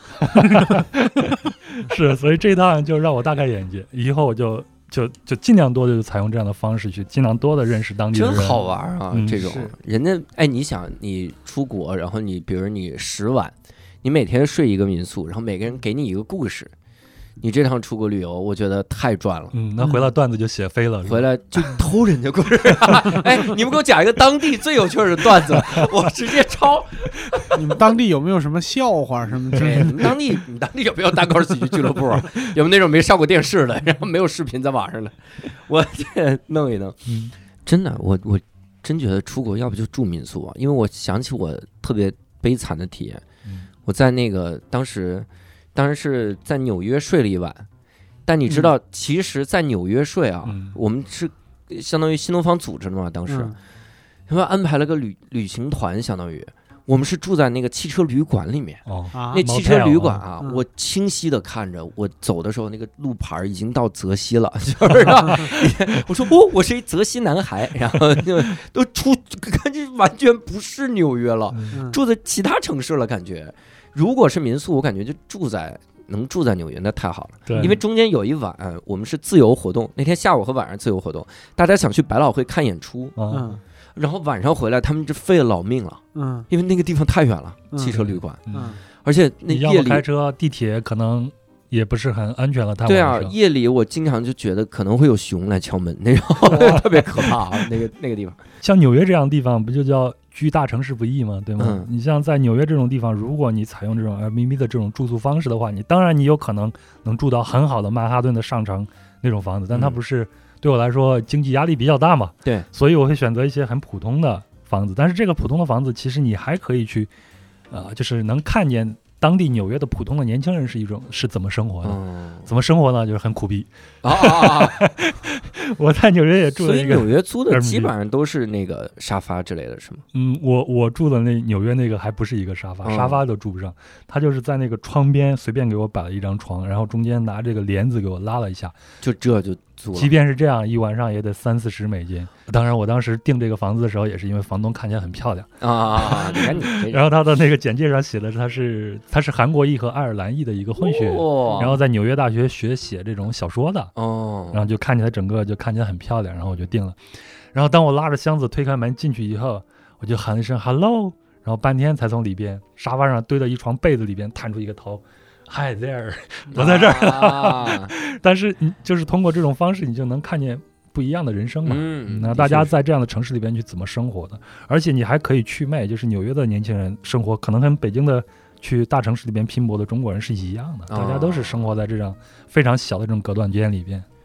Speaker 4: 是，所以这一趟就让我大开眼界，以后我就就就尽量多的就采用这样的方式去，尽量多的认识当地的人。
Speaker 1: 真好玩啊！
Speaker 4: 嗯、
Speaker 1: 这种人家，哎，你想，你出国，然后你比如你十晚。你每天睡一个民宿，然后每个人给你一个故事，你这趟出国旅游，我觉得太赚了。
Speaker 4: 嗯，那回来段子就写飞了，
Speaker 1: 回来就偷人家故事、啊。哎，你们给我讲一个当地最有趣的段子，我直接抄。
Speaker 2: 你们当地有没有什么笑话什么之类的？
Speaker 1: 你们当地，你们当地有没有单口喜剧俱乐部？有没有那种没上过电视的，然后没有视频在网上的？我这弄一弄，
Speaker 4: 嗯，
Speaker 1: 真的，我我真觉得出国要不就住民宿啊，因为我想起我特别悲惨的体验。我在那个当时，当时是在纽约睡了一晚，但你知道，嗯、其实，在纽约睡啊，
Speaker 4: 嗯、
Speaker 1: 我们是相当于新东方组织的嘛，当时他们、嗯、安排了个旅旅行团，相当于我们是住在那个汽车旅馆里面。
Speaker 4: 哦，
Speaker 1: 那汽车旅馆啊，
Speaker 2: 嗯、
Speaker 1: 我清晰的看着，我走的时候那个路牌已经到泽西了，就是我说哦，我是一泽西男孩，然后就都出，感觉完全不是纽约了，
Speaker 2: 嗯、
Speaker 1: 住在其他城市了，感觉。如果是民宿，我感觉就住在能住在纽约，那太好了。
Speaker 4: 对，
Speaker 1: 因为中间有一晚我们是自由活动，那天下午和晚上自由活动，大家想去百老汇看演出，
Speaker 2: 嗯，
Speaker 1: 然后晚上回来，他们就费了老命了，
Speaker 2: 嗯，
Speaker 1: 因为那个地方太远了，
Speaker 2: 嗯、
Speaker 1: 汽车旅馆，
Speaker 2: 嗯，
Speaker 1: 而且那夜里
Speaker 4: 开车、地铁可能也不是很安全了。
Speaker 1: 对啊，夜里我经常就觉得可能会有熊来敲门，那种特别可怕啊，那个那个地方。
Speaker 4: 像纽约这样的地方，不就叫居大城市不易吗？对吗？
Speaker 1: 嗯、
Speaker 4: 你像在纽约这种地方，如果你采用这种 Airbnb 的这种住宿方式的话，你当然你有可能能住到很好的曼哈顿的上城那种房子，但它不是、嗯、对我来说经济压力比较大嘛？
Speaker 1: 对，
Speaker 4: 所以我会选择一些很普通的房子。但是这个普通的房子，其实你还可以去，呃，就是能看见当地纽约的普通的年轻人是一种是怎么生活的，
Speaker 1: 嗯、
Speaker 4: 怎么生活呢？就是很苦逼
Speaker 1: 啊啊！
Speaker 4: 我在纽约也住了一个，
Speaker 1: 所以纽约租的基本上都是那个沙发之类的，是吗？
Speaker 4: 嗯，我我住的那纽约那个还不是一个沙发，
Speaker 1: 嗯、
Speaker 4: 沙发都住不上，他就是在那个窗边随便给我摆了一张床，然后中间拿这个帘子给我拉了一下，
Speaker 1: 就这就租了。
Speaker 4: 即便是这样，一晚上也得三四十美金。当然，我当时订这个房子的时候，也是因为房东看起来很漂亮
Speaker 1: 啊啊啊！你看你，
Speaker 4: 然后他的那个简介上写的是他是他是韩国裔和爱尔兰裔的一个混血，
Speaker 1: 哦、
Speaker 4: 然后在纽约大学学写这种小说的
Speaker 1: 哦，
Speaker 4: 然后就看起来整个就看起来很漂亮，然后我就订了。然后当我拉着箱子推开门进去以后，我就喊了一声 hello， 然后半天才从里边沙发上堆的一床被子里边探出一个头。Hi there， 我在这儿、啊、但是你就是通过这种方式，你就能看见不一样的人生嘛。
Speaker 1: 嗯，
Speaker 4: 那大家在这样的城市里边去怎么生活的？而且你还可以祛魅，就是纽约的年轻人生活可能跟北京的去大城市里边拼搏的中国人是一样的，大家都是生活在这样非常小的这种隔断间里边。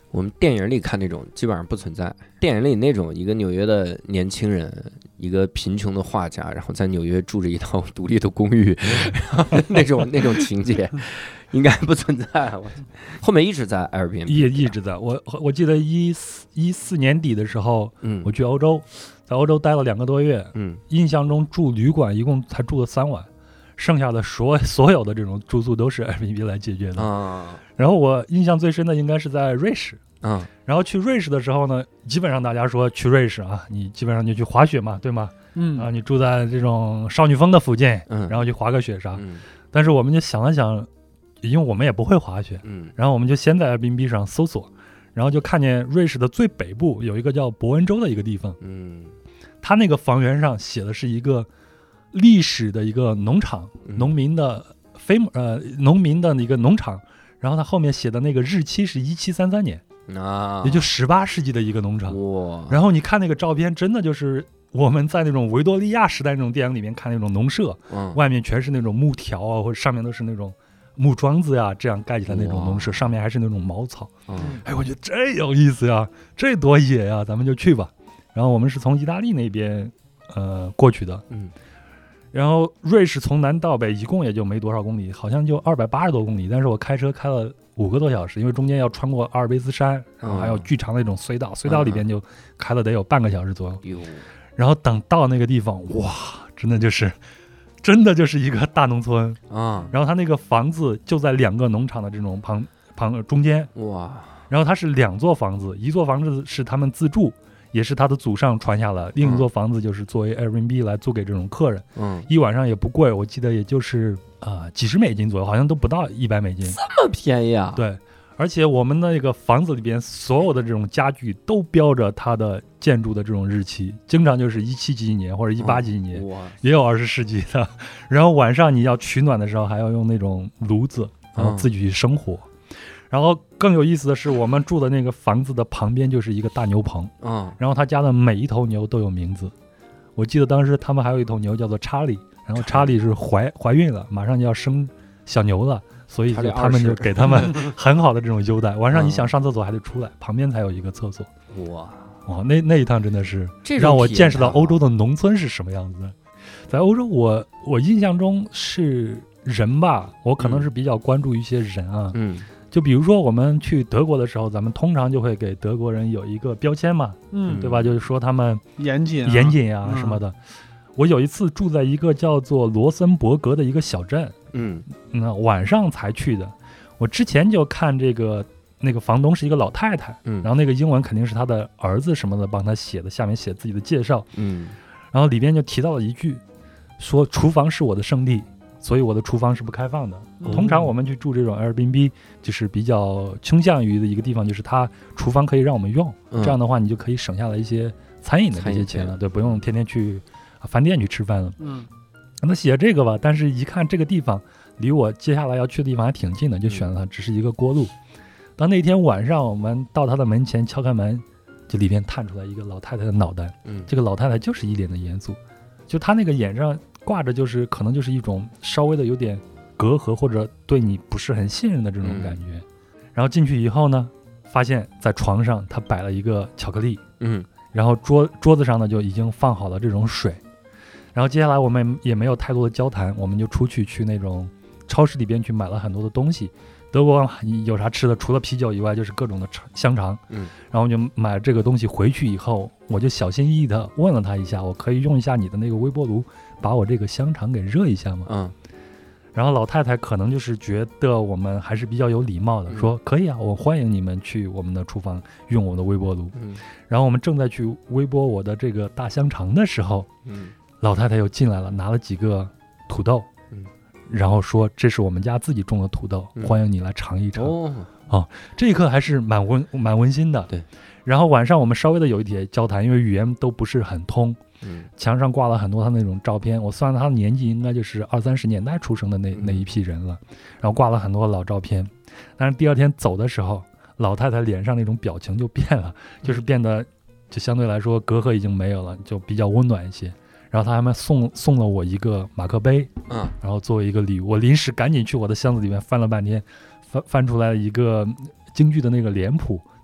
Speaker 1: 我们电影里看那种基本上不存在，电影里那种一个纽约的年轻人，一个贫穷的画家，然后在纽约住着一套独立的公寓，然后那种那种情节应该不存在。我后面一直在 Airbnb，
Speaker 4: 一一直在。我我记得一四一四年底的时候，嗯，我去欧洲，在欧洲待了两个多月，嗯，印象中住旅馆一共才住了三晚。剩下的所所有的这种住宿都是 Airbnb 来解决的啊。然后我印象最深的应该是在瑞士，嗯，然后去瑞士的时候呢，基本上大家说去瑞士啊，你基本上就去滑雪嘛，对吗？嗯啊，你住在这种少女峰的附近，嗯，然后去滑个雪啥。嗯，但是我们就想了想，因为我们也不会滑雪，嗯，然后我们就先在 Airbnb 上搜索，然后就看见瑞士的最北部有一个叫伯恩州的一个地方，嗯，它那个房源上写的是一个历史的一个农场，农民的非呃农民的一个农场，然后他后面写的那个日期是一七三三年啊，也就十八世纪的一个农场。哇！然后你看那个照片，真的就是我们在那种维多利亚时代那种电影里面看那种农舍，嗯，外面全是那种木条啊，或者上面都是那种木桩子呀，这样盖起来那种农舍，上面还是那种茅草。嗯，哎，我觉得这有意思呀，这多野呀，咱们就去吧。然后我们是从意大利那边呃过去的，嗯。然后瑞士从南到北一共也就没多少公里，好像就二百八十多公里，但是我开车开了五个多小时，因为中间要穿过阿尔卑斯山，然后还有巨长的那种隧道，隧道里边就开了得有半个小时左右。然后等到那个地方，哇，真的就是真的就是一个大农村啊！然后他那个房子就在两个农场的这种旁旁中间，哇！然后它是两座房子，一座房子是他们自住，也是他的祖上传下来，另一座房子就是作为 Airbnb 来租给这种客人，嗯，一晚上也不贵，我记得也就是呃几十美金左右，好像都不到一百美金，
Speaker 1: 这么便宜啊？
Speaker 4: 对，而且我们那个房子里边所有的这种家具都标着它的建筑的这种日期，经常就是一七几几年或者一八几几年，嗯，也有二十世纪的。然后晚上你要取暖的时候还要用那种炉子，然后自己去生火。嗯，然后更有意思的是，我们住的那个房子的旁边就是一个大牛棚，嗯，然后他家的每一头牛都有名字。我记得当时他们还有一头牛叫做查理，然后查理是怀怀孕了，马上就要生小牛了，所以就他们就给他们很好的这种优待。晚上你想上厕所还得出来，旁边才有一个厕所。哇哇，那那一趟真的是让我见识到欧洲的农村是什么样子的。在欧洲我，我我印象中是人吧，我可能是比较关注一些人啊，嗯。就比如说我们去德国的时候，咱们通常就会给德国人有一个标签嘛，嗯，对吧？就是说他们
Speaker 2: 严谨、啊、
Speaker 4: 严谨啊什么的。嗯，我有一次住在一个叫做罗森伯格的一个小镇，嗯，那晚上才去的。我之前就看这个那个房东是一个老太太，嗯，然后那个英文肯定是他的儿子什么的帮他写的，下面写自己的介绍，嗯，然后里边就提到了一句，说厨房是我的圣地。所以我的厨房是不开放的。通常我们去住这种 Airbnb 就是比较倾向于的一个地方，就是它厨房可以让我们用，嗯，这样的话你就可以省下来一些餐饮的这些钱了，对，不用天天去饭店去吃饭了。嗯，那写这个吧，但是一看这个地方离我接下来要去的地方还挺近的，就选了它，只是一个过路。当那天晚上我们到他的门前敲开门，就里边探出来一个老太太的脑袋，嗯，这个老太太就是一脸的严肃，就她那个眼上挂着就是可能就是一种稍微的有点隔阂或者对你不是很信任的这种感觉。嗯，然后进去以后呢，发现在床上他摆了一个巧克力，嗯，然后桌桌子上呢就已经放好了这种水。然后接下来我们也没有太多的交谈，我们就出去去那种超市里边去买了很多的东西。德国有啥吃的，除了啤酒以外就是各种的香肠，嗯，然后就买了这个东西回去以后，我就小心翼翼的问了他一下，我可以用一下你的那个微波炉把我这个香肠给热一下吗？嗯，然后老太太可能就是觉得我们还是比较有礼貌的，嗯，说可以啊，我欢迎你们去我们的厨房用我的微波炉。嗯，然后我们正在去微波我的这个大香肠的时候，嗯，老太太又进来了，拿了几个土豆，嗯，然后说这是我们家自己种的土豆，嗯，欢迎你来尝一尝。哦，哦，这一刻还是蛮温蛮温馨的。对，然后晚上我们稍微的有一点交谈，因为语言都不是很通。嗯，墙上挂了很多他那种照片，我算他的年纪应该就是二三十年代出生的那那一批人了，然后挂了很多老照片。但是第二天走的时候，老太太脸上那种表情就变了，就是变得就相对来说隔阂已经没有了，就比较温暖一些。然后他还送送了我一个马克杯，嗯，然后作为一个礼物，我临时赶紧去我的箱子里面翻了半天，翻翻出来一个京剧的那个脸谱，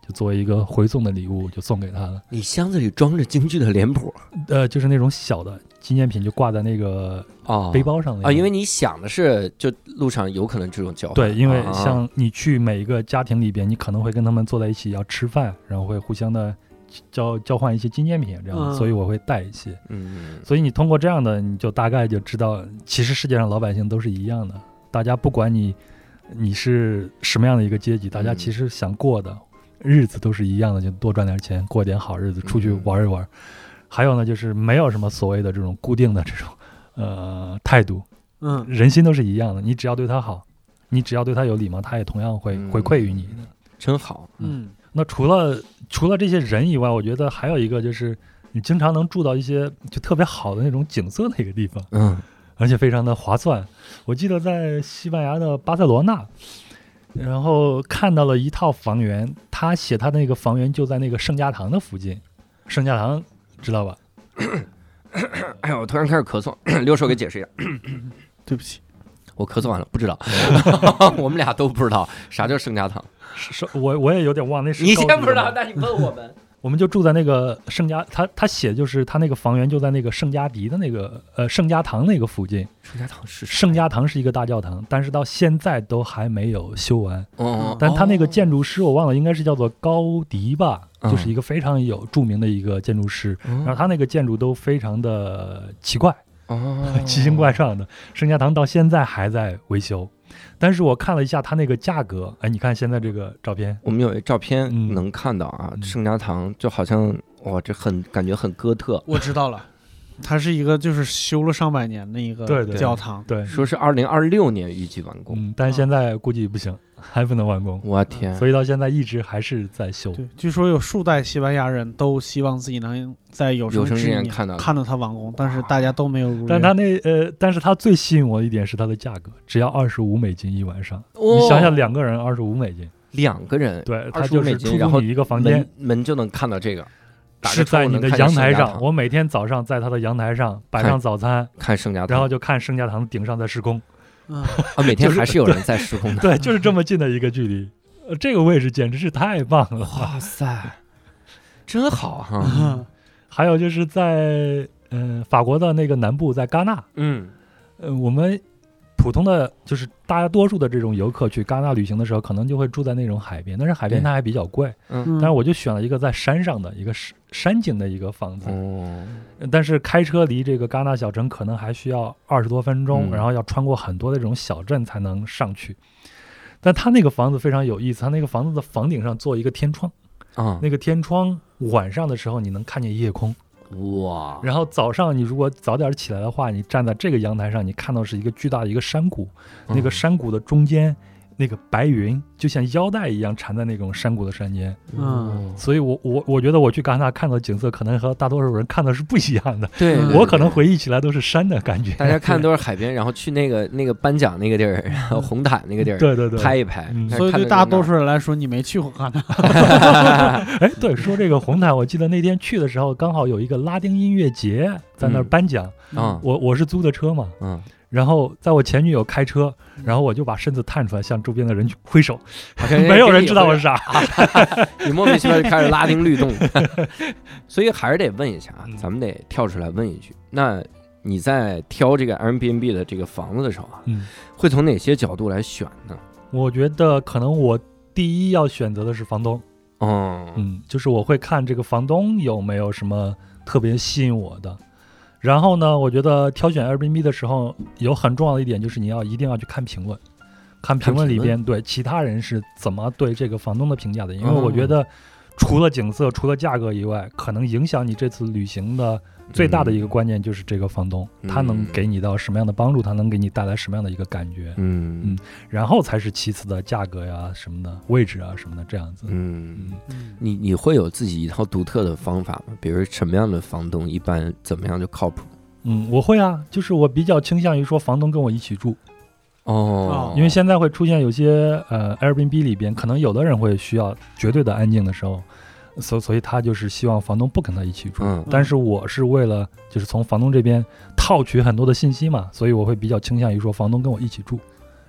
Speaker 4: 就作为一个回送的礼物就送给他了。
Speaker 1: 你箱子里装着京剧的脸谱？
Speaker 4: 呃，就是那种小的纪念品，就挂在那个背包上的
Speaker 1: 啊、哦哦，因为你想的是就路上有可能这种交换。
Speaker 4: 对，因为像你去每一个家庭里边，你可能会跟他们坐在一起要吃饭，然后会互相的交交换一些纪念品这样、嗯、所以我会带一些。嗯，所以你通过这样的，你就大概就知道，其实世界上老百姓都是一样的，大家不管你你是什么样的一个阶级，大家其实想过的日子都是一样的，就多赚点钱，过点好日子，出去玩一玩。嗯、还有呢，就是没有什么所谓的这种固定的这种呃态度，嗯，人心都是一样的，你只要对他好，你只要对他有礼貌，他也同样会回馈于你的，嗯、
Speaker 1: 真好。
Speaker 4: 嗯，那除了除了这些人以外，我觉得还有一个就是你经常能住到一些就特别好的那种景色的一个地方，嗯，而且非常的划算。我记得在西班牙的巴塞罗那，然后看到了一套房源，他写他那个房源就在那个圣家堂的附近，圣家堂知道吧？
Speaker 1: 哎呀，我突然开始咳嗽，六叔给解释一下。
Speaker 2: 对不起，
Speaker 1: 我咳嗽完了，不知道，我们俩都不知道啥叫圣家堂。
Speaker 4: 是，我我也有点忘，那是
Speaker 1: 你先不知道，那你问我们。
Speaker 4: 我们就住在那个圣家，他他写就是他那个房源就在那个圣家迪的那个呃圣家堂那个附近。
Speaker 1: 圣家堂是
Speaker 4: 圣家堂是一个大教堂，但是到现在都还没有修完。哦，但他那个建筑师我忘了，应该是叫做高迪吧，哦、就是一个非常有著名的一个建筑师。嗯、然后他那个建筑都非常的奇怪，哦，奇形怪状的。圣家堂到现在还在维修。但是我看了一下它那个价格，哎，你看现在这个照片，
Speaker 1: 我们有一照片能看到啊，嗯、圣家堂就好像哇，这很感觉很哥特。
Speaker 2: 我知道了，它是一个就是修了上百年的一个教堂，
Speaker 4: 对，对对
Speaker 1: 说是二零二六年预计完工，
Speaker 4: 嗯，但是现在估计不行，还不能完工。
Speaker 1: 我天！
Speaker 4: 所以到现在一直还是在修。
Speaker 2: 对，据说有数代西班牙人都希望自己能在有生之年
Speaker 1: 看到
Speaker 2: 看到它完工，但是大家都没有如愿。
Speaker 4: 但他那呃，但是他最吸引我的一点是它的价格，只要二十五美金一晚上。哦、你想想，两个人二十五美金，
Speaker 1: 两个人
Speaker 4: 对，他就是出租你一个房间，
Speaker 1: 门, 门就能看到这个。
Speaker 4: 是在你的阳台上，我每天早上在他的阳台上摆上早餐，
Speaker 1: 看圣家堂，
Speaker 4: 然后就看圣家堂顶上在施工。
Speaker 1: 啊，每天还是有人在施工的，
Speaker 4: 对，就是这么近的一个距离，呃，这个位置简直是太棒了，
Speaker 1: 哇塞，真好哈！
Speaker 4: 嗯、还有就是在嗯、呃、法国的那个南部，在戛纳，
Speaker 1: 嗯，
Speaker 4: 呃，我们普通的就是大家多数的这种游客去戛纳旅行的时候，可能就会住在那种海边，但是海边它还比较贵，嗯，但是我就选了一个在山上的一个山景的一个房子，哦，但是开车离这个戛纳小城可能还需要二十多分钟，嗯、然后要穿过很多的这种小镇才能上去。但他那个房子非常有意思，他那个房子的房顶上做一个天窗，啊，那个天窗晚上的时候你能看见夜空。
Speaker 1: 哇！
Speaker 4: 然后早上你如果早点起来的话，你站在这个阳台上，你看到是一个巨大的一个山谷，嗯、那个山谷的中间，那个白云就像腰带一样缠在那种山谷的山间。嗯，所以我我我觉得我去戛纳看到的景色，可能和大多数人看的是不一样的。
Speaker 1: 对，对
Speaker 4: 我可能回忆起来都是山的感觉。
Speaker 1: 大家看的都是海边，然后去那个那个颁奖那个地儿，然后红毯那个地儿，
Speaker 4: 对对对，
Speaker 1: 拍一拍。
Speaker 2: 嗯、所以对大多数人来说，你没去过戛纳。
Speaker 4: 哎，对，说这个红毯，我记得那天去的时候，刚好有一个拉丁音乐节在那儿颁奖。嗯，我我是租的车嘛。嗯。然后在我前女友开车，然后我就把身子探出来，向周边的人挥手，没有人知道我是啥，
Speaker 1: 你莫名其妙就开始拉丁律动。所以还是得问一下啊，咱们得跳出来问一句，那你在挑这个 Airbnb 的这个房子的时候啊，嗯、会从哪些角度来选呢？
Speaker 4: 我觉得可能我第一要选择的是房东。哦，嗯，就是我会看这个房东有没有什么特别吸引我的。然后呢，我觉得挑选 Airbnb 的时候有很重要的一点，就是你要一定要去看评论，看评论里边对其他人是怎么对这个房东的评价的。因为我觉得除了景色、除了价格以外，可能影响你这次旅行的最大的一个关键就是这个房东，嗯、他能给你到什么样的帮助，他能给你带来什么样的一个感觉，嗯嗯，然后才是其次的价格呀、什么的位置啊什么的这样子。
Speaker 1: 嗯嗯，你你会有自己一套独特的方法吗？比如什么样的房东一般怎么样就靠谱？
Speaker 4: 嗯，我会啊，就是我比较倾向于说房东跟我一起住。哦，因为现在会出现有些呃 Airbnb 里边，可能有的人会需要绝对的安静的时候。所所以他就是希望房东不跟他一起住，嗯、但是我是为了就是从房东这边套取很多的信息嘛，所以我会比较倾向于说房东跟我一起住，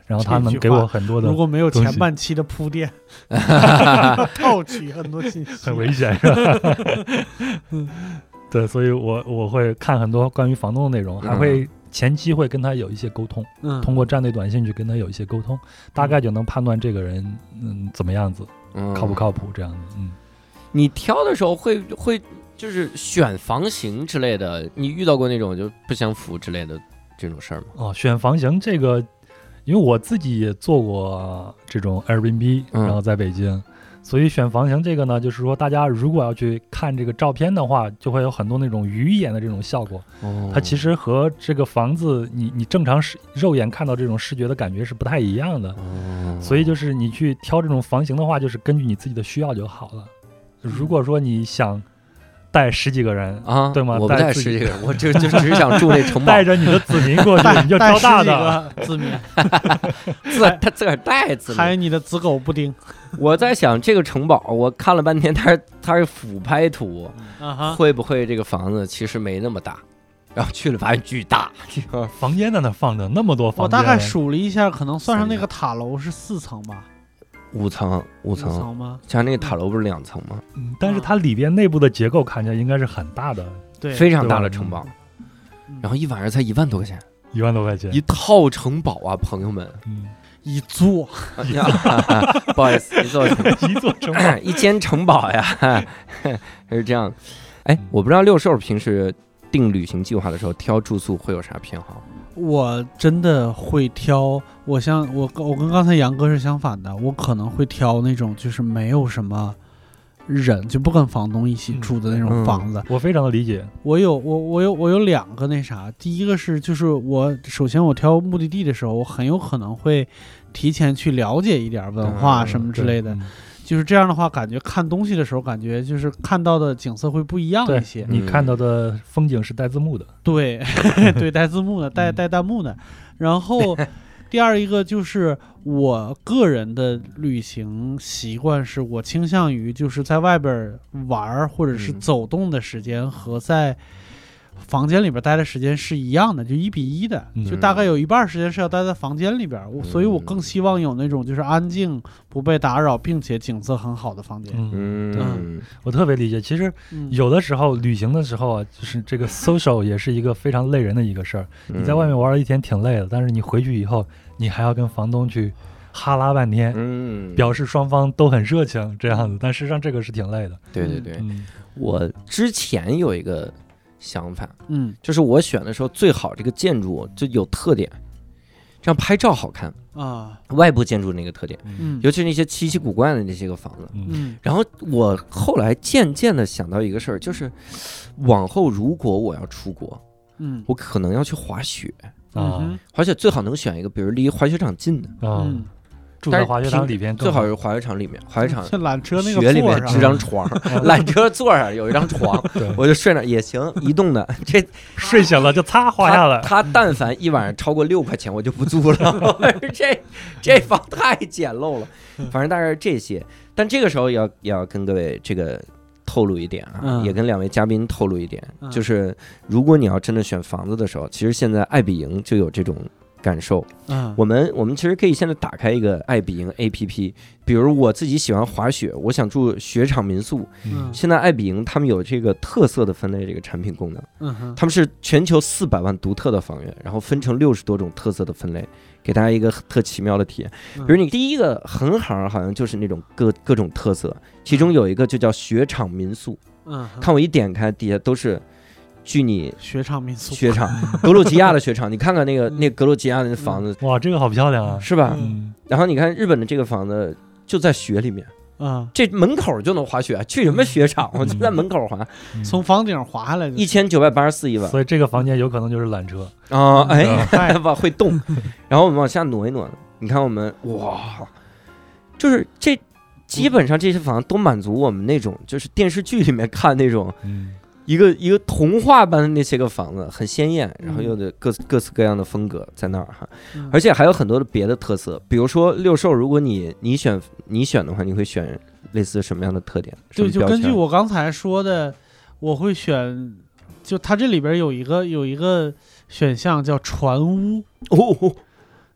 Speaker 4: 然后他能给我很多的，
Speaker 2: 如果没有前半期的铺垫，套取很多信息，
Speaker 4: 很危险是吧？对，所以我我会看很多关于房东的内容，还会前期会跟他有一些沟通，嗯，通过战略短信去跟他有一些沟通，大概就能判断这个人嗯怎么样子，嗯，靠不靠谱这样子。嗯，
Speaker 1: 你挑的时候会会就是选房型之类的，你遇到过那种就不相符之类的这种事儿吗？
Speaker 4: 哦，选房型这个，因为我自己也做过这种 Airbnb，然后在北京。嗯，所以选房型这个呢，就是说大家如果要去看这个照片的话，就会有很多那种鱼眼的这种效果。哦，它其实和这个房子你你正常视肉眼看到这种视觉的感觉是不太一样的。哦，所以就是你去挑这种房型的话，就是根据你自己的需要就好了。如果说你想带十几个人啊，对吗？
Speaker 1: 我不带十几个人，我就就只是想住那城堡，
Speaker 4: 带着你的子民过去，你就挑大的
Speaker 2: 子民，
Speaker 1: 自他自个儿带子民，
Speaker 2: 还有你的子狗布丁。
Speaker 1: 我在想这个城堡，我看了半天，它是它是俯拍图，嗯，会不会这个房子其实没那么大？然后去了发现巨大，
Speaker 4: 房间在那放着那么多房间，
Speaker 2: 我大概数了一下，可能算上那个塔楼是四层吧。
Speaker 1: 五层，五层，五层吗？像那个塔楼不是两层吗？
Speaker 4: 嗯，但是它里边内部的结构看起来应该是很大的，
Speaker 2: 对，
Speaker 1: 非常大的城堡。然后一晚上才一万多块钱，
Speaker 4: 一万多块钱
Speaker 1: 一套城堡啊，朋友们，
Speaker 2: 嗯，一座，
Speaker 1: 不好意思，一座城
Speaker 4: 堡，一座城堡，
Speaker 1: 一间城堡呀，是这样。哎，我不知道六兽平时定旅行计划的时候挑住宿会有啥偏好？
Speaker 2: 我真的会挑，我像我我跟刚才杨哥是相反的，我可能会挑那种就是没有什么人，就不跟房东一起住的那种房子。
Speaker 4: 嗯嗯、我非常的理解。
Speaker 2: 我有我我有我有两个那啥，第一个是就是我首先我挑目的地的时候，我很有可能会提前去了解一点文化什么之类的。嗯就是这样的话，感觉看东西的时候，感觉就是看到的景色会不一样一些。
Speaker 4: 你看到的风景是带字幕的，
Speaker 2: 对，对，带字幕的，带带弹幕的。然后第二一个就是我个人的旅行习惯，是我倾向于就是在外边玩或者是走动的时间和在房间里边待的时间是一样的，就一比一的，就大概有一半时间是要待在房间里边，嗯、所以我更希望有那种就是安静、不被打扰，并且景色很好的房间。
Speaker 4: 嗯，嗯我特别理解。其实有的时候旅行的时候啊，就是这个 social 也是一个非常累人的一个事儿。你在外面玩了一天挺累的，但是你回去以后，你还要跟房东去哈拉半天，嗯，表示双方都很热情这样子，但实际上这个是挺累的。
Speaker 1: 对对对，嗯、我之前有一个想法，
Speaker 2: 嗯，
Speaker 1: 就是我选的时候最好这个建筑就有特点，这样拍照好看
Speaker 2: 啊。
Speaker 1: 外部建筑那个特点，
Speaker 2: 嗯，
Speaker 1: 尤其是那些奇奇古怪的那些个房子，
Speaker 2: 嗯。
Speaker 1: 然后我后来渐渐的想到一个事儿，就是往后如果我要出国，
Speaker 2: 嗯，
Speaker 1: 我可能要去滑雪
Speaker 2: 啊，
Speaker 1: 而且最好能选一个，比如离滑雪场近的
Speaker 2: 啊。嗯
Speaker 4: 住在滑雪场里边，
Speaker 1: 最好是滑雪场里面，滑雪场
Speaker 2: 像缆车那个
Speaker 1: 雪里面支张床，缆车座上有一张床，我就睡那也行，移动的。这
Speaker 4: 睡醒了就擦滑下来。
Speaker 1: 他但凡一晚上超过六块钱，我就不租了。这这房太简陋了，反正大概是这些。但这个时候也要也要跟各位这个透露一点啊，
Speaker 2: 嗯、
Speaker 1: 也跟两位嘉宾透露一点，
Speaker 2: 嗯、
Speaker 1: 就是如果你要真的选房子的时候，其实现在爱彼迎就有这种感受。
Speaker 2: 嗯，
Speaker 1: 我们我们其实可以现在打开一个爱彼迎 A P P， 比如我自己喜欢滑雪，我想住雪场民宿，
Speaker 2: 嗯，
Speaker 1: 现在爱彼迎他们有这个特色的分类这个产品功能，
Speaker 2: 嗯哼，
Speaker 1: 他们是全球四百万独特的房源，然后分成六十多种特色的分类，给大家一个特奇妙的体验。比如你第一个横行好像就是那种各各种特色，其中有一个就叫雪场民宿，
Speaker 2: 嗯，
Speaker 1: 看我一点开底下都是据你
Speaker 2: 雪场民宿，
Speaker 1: 雪场，格鲁吉亚的雪场，你看看那个那格鲁吉亚的房子，
Speaker 4: 哇，这个好漂亮啊，
Speaker 1: 是吧？
Speaker 4: 嗯。
Speaker 1: 然后你看日本的这个房子就在雪里面，
Speaker 2: 啊，
Speaker 1: 这门口就能滑雪，去什么雪场？我就在门口滑，
Speaker 2: 从房顶滑下来，
Speaker 1: 一千九百八十四一晚。
Speaker 4: 所以这个房间有可能就是缆车
Speaker 1: 啊，哎，不会动。然后我们往下挪一挪，你看我们哇，就是这基本上这些房子都满足我们那种就是电视剧里面看那种。
Speaker 4: 嗯，
Speaker 1: 一个一个童话般的那些个房子很鲜艳，然后有的各各式各样的风格在那儿哈，
Speaker 2: 嗯、
Speaker 1: 而且还有很多的别的特色，比如说六兽，如果你你选你选的话，你会选类似什么样的特点？
Speaker 2: 就就根据我刚才说的，我会选，就它这里边有一个有一个选项叫船屋
Speaker 1: 哦。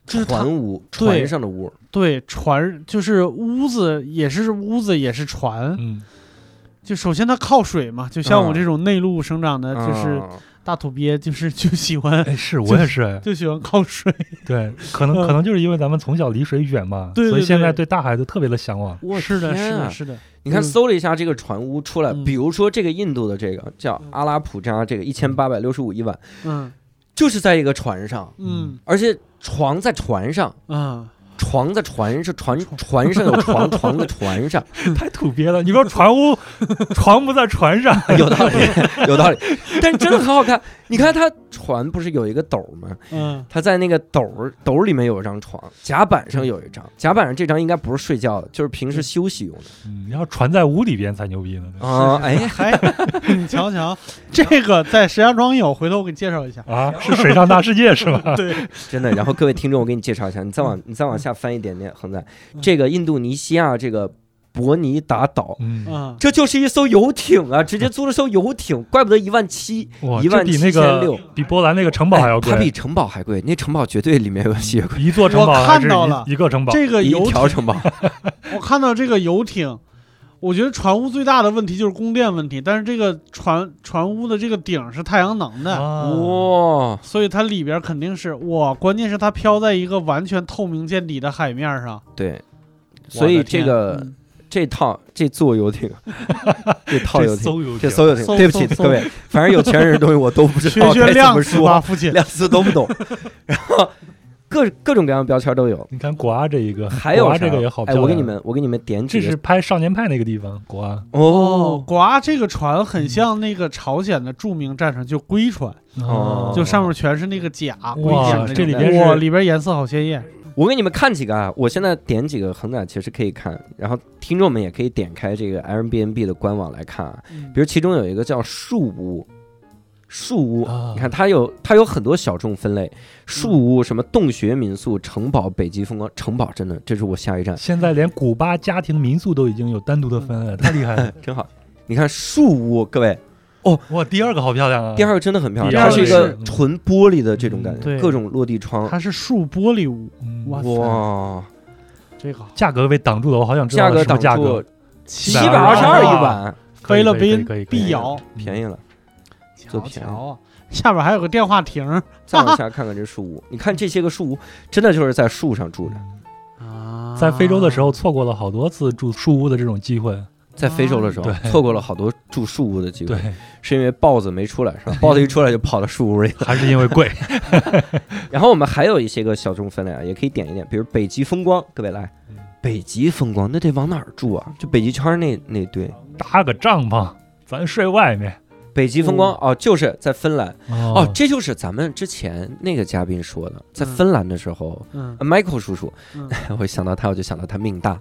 Speaker 1: 船屋，船上的屋，
Speaker 2: 对，船就是屋子，也是屋子，也是船。
Speaker 4: 嗯，
Speaker 2: 就首先它靠水嘛，就像我这种内陆生长的，
Speaker 1: 嗯、
Speaker 2: 就是大土鳖，就是就喜欢。
Speaker 4: 哎，是我也是，
Speaker 2: 就喜欢靠水。
Speaker 4: 对，可能可能就是因为咱们从小离水远嘛，
Speaker 2: 对对对，
Speaker 4: 所以现在对大海都特别的向往。
Speaker 1: 我
Speaker 2: 是的，是
Speaker 1: 的，
Speaker 2: 的，是的。
Speaker 1: 你看，搜了一下这个船屋出来，
Speaker 2: 嗯、
Speaker 1: 比如说这个印度的这个叫阿拉普扎，这个一千八百六十五一晚，
Speaker 2: 嗯，
Speaker 1: 就是在一个船上，
Speaker 2: 嗯，
Speaker 1: 而且床在船上，
Speaker 2: 嗯。
Speaker 1: 床在船上，船船上有床，床在船上，
Speaker 4: 太土鳖了。你说船屋，床不在船上，
Speaker 1: 有道理，有道理。但是真的很好看。你看它船不是有一个斗吗？嗯，它在那个斗斗里面有一张床，甲板上有一张，甲板上这张应该不是睡觉的，就是平时休息用的。
Speaker 4: 嗯，要船在屋里边才牛逼呢。
Speaker 1: 啊，哎，
Speaker 2: 还你瞧瞧，这个在石家庄有，回头我给你介绍一下
Speaker 4: 啊，是水上大世界是吧？
Speaker 2: 对，
Speaker 1: 真的。然后各位听众，我给你介绍一下，你再往你再往下翻一点点，横仔，这个印度尼西亚这个伯尼达岛，
Speaker 2: 嗯，
Speaker 1: 这就是一艘游艇啊，直接租了艘游艇，怪不得一万七，一万七千六，
Speaker 4: 比波兰那个城堡还要贵，
Speaker 1: 它比城堡还贵，那城堡绝对里面有吸血鬼，
Speaker 4: 一座城堡还是
Speaker 2: 看到了
Speaker 4: 一个城堡，
Speaker 2: 这个游
Speaker 1: 一条城堡，
Speaker 2: 我看到这个游艇。我觉得船屋最大的问题就是供电问题，但是这个船船屋的这个顶是太阳能的，
Speaker 1: 哇、啊，
Speaker 2: 所以它里边肯定是哇，关键是它飘在一个完全透明见底的海面上。
Speaker 1: 对，所以这个、嗯、这套这坐游艇，这套游艇，这艘游艇，对不起各位，反正有钱人的东西我都不知道该怎么说，
Speaker 2: 父亲
Speaker 1: 两次都不懂，然后。各各种各样的标签都有。
Speaker 4: 你看果阿这一个，
Speaker 1: 还有
Speaker 4: 这个也好漂亮。
Speaker 1: 哎，我给你们，我给你们点几个。
Speaker 4: 这是拍少年派那个地方，果阿。
Speaker 2: 哦，果阿这个船很像那个朝鲜的著名战船，就龟船。哦，就上面全是那个甲，龟甲。
Speaker 4: 这里边
Speaker 2: 哇，里边颜色好鲜艳。
Speaker 1: 我给你们看几个啊，我现在点几个横仔，其实可以看，然后听众们也可以点开这个 Airbnb 的官网来看啊。比如其中有一个叫树屋。树屋，
Speaker 4: 啊、
Speaker 1: 你看它有它有很多小众分类，树屋什么洞穴民宿、城堡、北极风光，城堡真的这是我下一站。
Speaker 4: 现在连古巴家庭民宿都已经有单独的分类了，太厉害了，
Speaker 1: 真好。你看树屋，各位，哦，
Speaker 4: 哇，第二个好漂亮啊！
Speaker 1: 第二个真的很漂亮，它是一个纯玻璃的这种感觉，
Speaker 2: 嗯、
Speaker 1: 各种落地窗，
Speaker 2: 它是树玻璃屋，
Speaker 4: 嗯、
Speaker 2: 哇
Speaker 1: 哇，
Speaker 2: 这个
Speaker 4: 价格被挡住了，我好想知道
Speaker 1: 价格挡住七百二十二一晚，
Speaker 2: 菲律宾碧瑶
Speaker 1: 便宜了。
Speaker 2: 瞧瞧啊，下边还有个电话亭。
Speaker 1: 再往下看看这树屋，你看这些个树屋，真的就是在树上住着
Speaker 2: 啊。
Speaker 4: 在非洲的时候错过了好多次住树屋的这种机会，
Speaker 1: 在非洲的时候错过了好多住树屋的机会，
Speaker 4: 对，
Speaker 1: 是因为豹子没出来，是吧？豹子一出来就跑到树屋里了，
Speaker 4: 还是因为贵。
Speaker 1: 然后我们还有一些个小众分类啊，也可以点一点，比如北极风光，各位来，北极风光那得往哪儿住啊？就北极圈那那堆，
Speaker 4: 搭个帐篷，咱睡外面。
Speaker 1: 北极风光、嗯、哦，就是在芬兰
Speaker 4: 哦,
Speaker 1: 哦，这就是咱们之前那个嘉宾说的，在芬兰的时候、
Speaker 2: 嗯
Speaker 1: 呃、，Michael 叔叔，
Speaker 2: 嗯、
Speaker 1: 我想到他，我就想到他命大，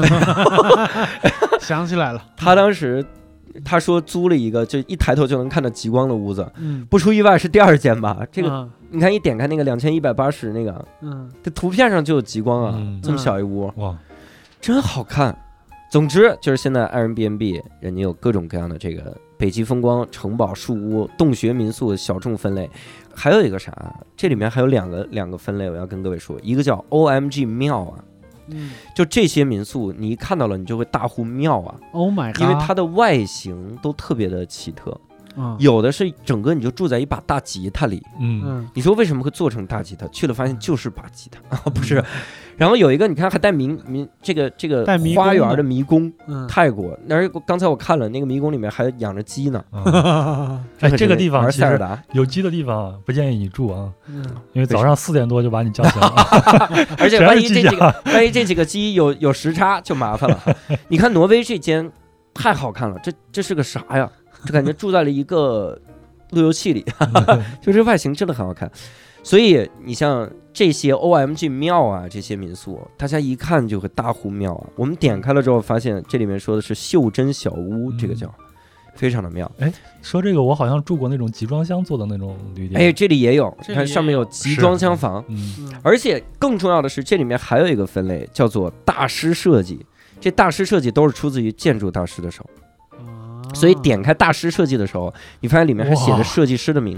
Speaker 2: 想起来了，
Speaker 1: 他当时他说租了一个就一抬头就能看到极光的屋子，
Speaker 2: 嗯，
Speaker 1: 不出意外是第二间吧？这个、
Speaker 2: 嗯、
Speaker 1: 你看一点开那个两千一百八十那个，
Speaker 2: 嗯，
Speaker 1: 这图片上就有极光啊，
Speaker 4: 嗯、
Speaker 1: 这么小一屋，
Speaker 4: 哇，
Speaker 1: 真好看。总之就是现在 Airbnb 人家有各种各样的这个北极风光、城堡、树屋、洞穴民宿小众分类，还有一个啥？这里面还有两个两个分类，我要跟各位说，一个叫 O M G 妙啊，
Speaker 2: 嗯，
Speaker 1: 就这些民宿你一看到了你就会大呼妙啊
Speaker 2: ，Oh my god，
Speaker 1: 因为它的外形都特别的奇特。
Speaker 2: 嗯、
Speaker 1: 有的是整个你就住在一把大吉他里，
Speaker 4: 嗯，
Speaker 1: 你说为什么会做成大吉他？去了发现就是把吉他啊，不是。嗯、然后有一个你看还带迷迷这个这个花园的迷宫，
Speaker 2: 嗯、
Speaker 1: 泰国。但是刚才我看了那个迷宫里面还养着鸡呢。
Speaker 4: 嗯、哎，这个地方其实有鸡的地方啊，不建议你住啊，
Speaker 2: 嗯、
Speaker 4: 因为早上四点多就把你叫醒了，
Speaker 1: 而且万一这几个万一这几个鸡有有时差就麻烦了。你看挪威这间太好看了，这这是个啥呀？就感觉住在了一个路由器里，就这外形真的很好看。所以你像这些 O M G 庙啊，这些民宿，大家一看就会大呼庙啊。我们点开了之后，发现这里面说的是袖珍小屋，这个叫、嗯、非常的妙。
Speaker 4: 哎，说这个我好像住过那种集装箱做的那种旅店。
Speaker 1: 哎，这里也有，你看上面有集装箱房，
Speaker 4: 嗯，
Speaker 1: 而且更重要的是，这里面还有一个分类叫做大师设计。这大师设计都是出自于建筑大师的手。所以点开大师设计的时候，你发现里面还写着设计师的名字。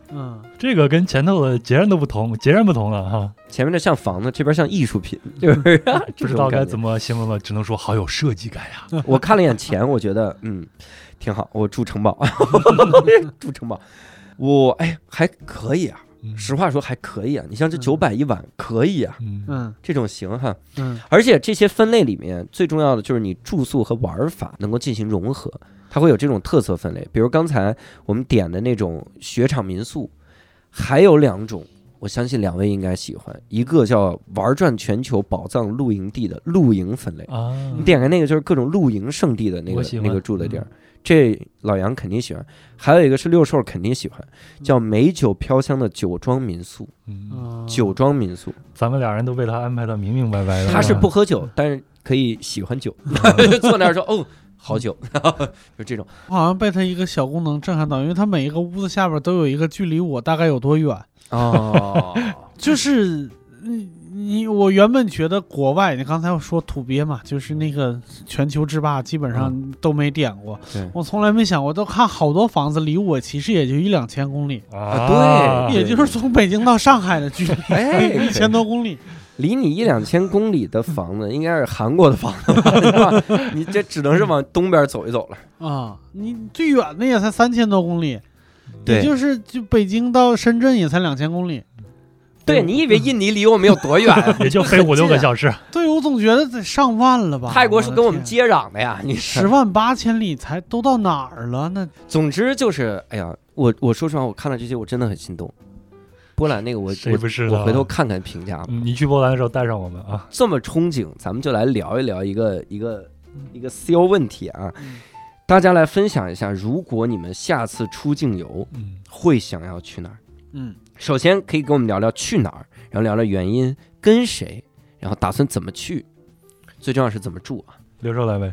Speaker 2: 嗯，
Speaker 4: 这个跟前头的截然都不同，截然不同了哈。
Speaker 1: 前面的像房子，这边像艺术品，就是
Speaker 4: 不知道该怎么形容了，只能说好有设计感呀。
Speaker 1: 我看了一眼钱，我觉得嗯挺好，我住城堡，住城堡，我哎还可以啊。实话说还可以啊，你像这九百一晚可以啊，
Speaker 2: 嗯，
Speaker 1: 这种行哈，
Speaker 2: 嗯，
Speaker 1: 而且这些分类里面最重要的就是你住宿和玩法能够进行融合，它会有这种特色分类。比如刚才我们点的那种雪场民宿，还有两种，我相信两位应该喜欢，一个叫玩转全球宝藏露营地的露营分类啊，你点开那个就是各种露营圣地的那个那个住的地儿。嗯，这老杨肯定喜欢，还有一个是六兽肯定喜欢，叫美酒飘香的酒庄民宿。嗯，酒庄民宿，
Speaker 4: 咱们俩人都被他安排的明明白白的。
Speaker 1: 他是不喝酒，但是可以喜欢酒，坐那儿说哦好酒，就这种。
Speaker 2: 我好像被他一个小功能震撼到，因为他每一个屋子下边都有一个距离我大概有多远
Speaker 1: 哦，
Speaker 2: 就是你你我原本觉得国外，你刚才说土鳖嘛，就是那个全球之霸基本上都没点过，
Speaker 1: 嗯，
Speaker 2: 我从来没想过，都看好多房子离我其实也就一两千公里
Speaker 1: 啊，对，
Speaker 2: 也就是从北京到上海的距离，
Speaker 1: 哎，
Speaker 2: 一千多公里。
Speaker 1: 离你一两千公里的房子，应该是韩国的房子吧？你这只能是往东边走一走了
Speaker 2: 啊！你最远的也才三千多公里，
Speaker 1: 对，
Speaker 2: 也就是就北京到深圳也才两千公里。
Speaker 1: 对，你以为印尼离我们有多远？
Speaker 4: 也就飞五六个小时。
Speaker 2: 对，我总觉得得上万了吧？
Speaker 1: 泰国是跟我们接壤的呀，你
Speaker 2: 十万八千里才都到哪儿了？那
Speaker 1: 总之就是，哎呀，我我说实话，我看了这些，我真的很心动。波兰那个我
Speaker 4: 谁不是
Speaker 1: 我我回头看看评价吧、
Speaker 4: 嗯。你去波兰的时候带上我们啊。
Speaker 1: 这么憧憬，咱们就来聊一聊一个一个一个 C O 问题啊。嗯、大家来分享一下，如果你们下次出境游，嗯，会想要去哪儿？嗯，首先可以跟我们聊聊去哪儿，然后聊聊原因，跟谁，然后打算怎么去，最重要是怎么住啊。
Speaker 4: 刘寿来呗。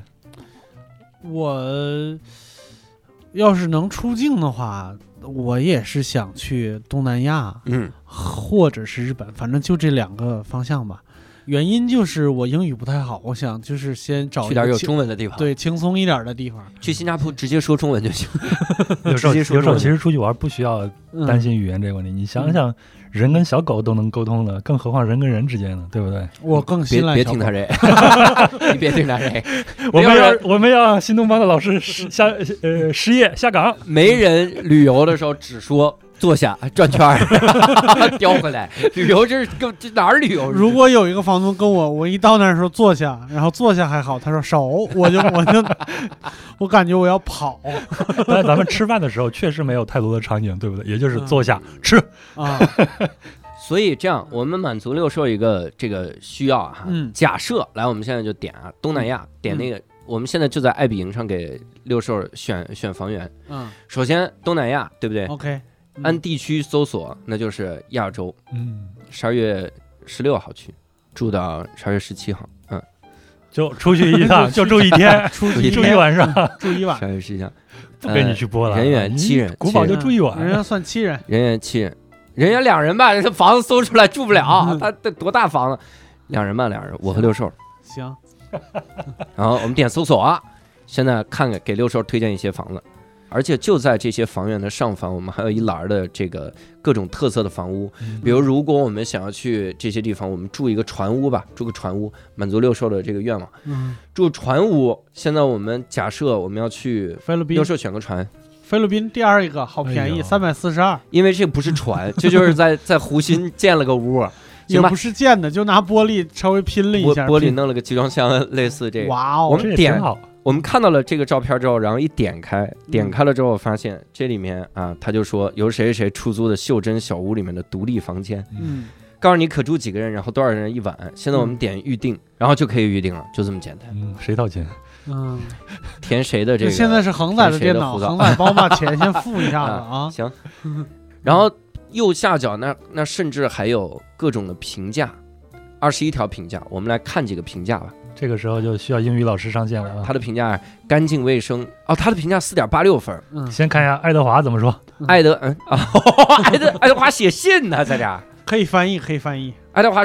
Speaker 2: 我要是能出境的话。我也是想去东南亚，嗯，或者是日本，反正就这两个方向吧。原因就是我英语不太好，我想就是先找
Speaker 1: 去点有中文的地方，
Speaker 2: 对，轻松一点的地方。
Speaker 1: 去新加坡直接说中文就行。
Speaker 4: 有时候有时候其实出去玩不需要担心语言这个问题，嗯、你想想，人跟小狗都能沟通的，更何况人跟人之间呢，对不对？
Speaker 2: 我更信赖
Speaker 1: 别听他这，你别听他这。
Speaker 4: 我们要我们要让新东方的老师下呃失业下岗。
Speaker 1: 没人旅游的时候只说。坐下转圈儿，叼回来。旅游这是这哪儿旅游？
Speaker 2: 如果有一个房东跟我，我一到那儿说坐下，然后坐下还好，他说手，我就我就我感觉我要跑。
Speaker 4: 但咱们吃饭的时候确实没有太多的场景，对不对？也就是坐下、嗯、吃啊。
Speaker 1: 所以这样，我们满足六兽一个这个需要啊。嗯。假设来，我们现在就点啊，东南亚点那个。嗯，我们现在就在爱彼迎上给六兽选选房源。嗯。首先东南亚，对不对
Speaker 2: ？OK。
Speaker 1: 按地区搜索，那就是亚洲。嗯，十二月十六号去，住到十二月十七号。嗯，
Speaker 4: 就出去一趟，就住一天，
Speaker 2: 出
Speaker 4: 去住一晚上，
Speaker 2: 住一晚。
Speaker 1: 十二月十七号，
Speaker 4: 不跟你去波兰，
Speaker 1: 人员七人，
Speaker 4: 古堡就住一晚，
Speaker 2: 人家算七人，
Speaker 1: 人员七人，人家两人吧，这房子搜出来住不了，他这多大房子？两人吧，两人，我和六兽。
Speaker 2: 行。
Speaker 1: 然后我们点搜索啊，现在看看给六兽推荐一些房子。而且就在这些房源的上方，我们还有一栏的这个各种特色的房屋，比如如果我们想要去这些地方，我们住一个船屋吧，住个船屋，满足六兽的这个愿望。嗯，住船屋，现在我们假设我们要去
Speaker 2: 菲律宾，
Speaker 1: 六兽选个船，
Speaker 2: 菲律宾第二一个好便宜，三百四十二，
Speaker 1: 因为这不是船，这就是在在湖心建了个屋。
Speaker 2: 也不是建的，就拿玻璃稍微拼了一下，
Speaker 1: 玻璃弄了个集装箱，类似这个。
Speaker 2: 哇哦，
Speaker 1: 我们点好。我们看到了这个照片之后，然后一点开，点开了之后发现这里面啊，他就说由谁谁出租的袖珍小屋里面的独立房间，嗯，告诉你可住几个人，然后多少人一晚。现在我们点预定，然后就可以预定了，就这么简单。
Speaker 4: 嗯，谁掏钱？
Speaker 2: 嗯，
Speaker 1: 填谁的这个？
Speaker 2: 现在是恒仔的电脑，恒仔帮我把钱先付一下子啊。
Speaker 1: 行。然后右下角那那甚至还有各种的评价，二十一条评价，我们来看几个评价吧。
Speaker 4: 这个时候就需要英语老师上线了啊！
Speaker 1: 他的评价干净卫生哦，他的评价四点八六分。
Speaker 4: 嗯，先看一下爱德华怎么说。
Speaker 1: 爱德嗯啊，爱德爱德华写信呢，在这儿
Speaker 2: 可以翻译，可以翻译。
Speaker 1: 爱德华说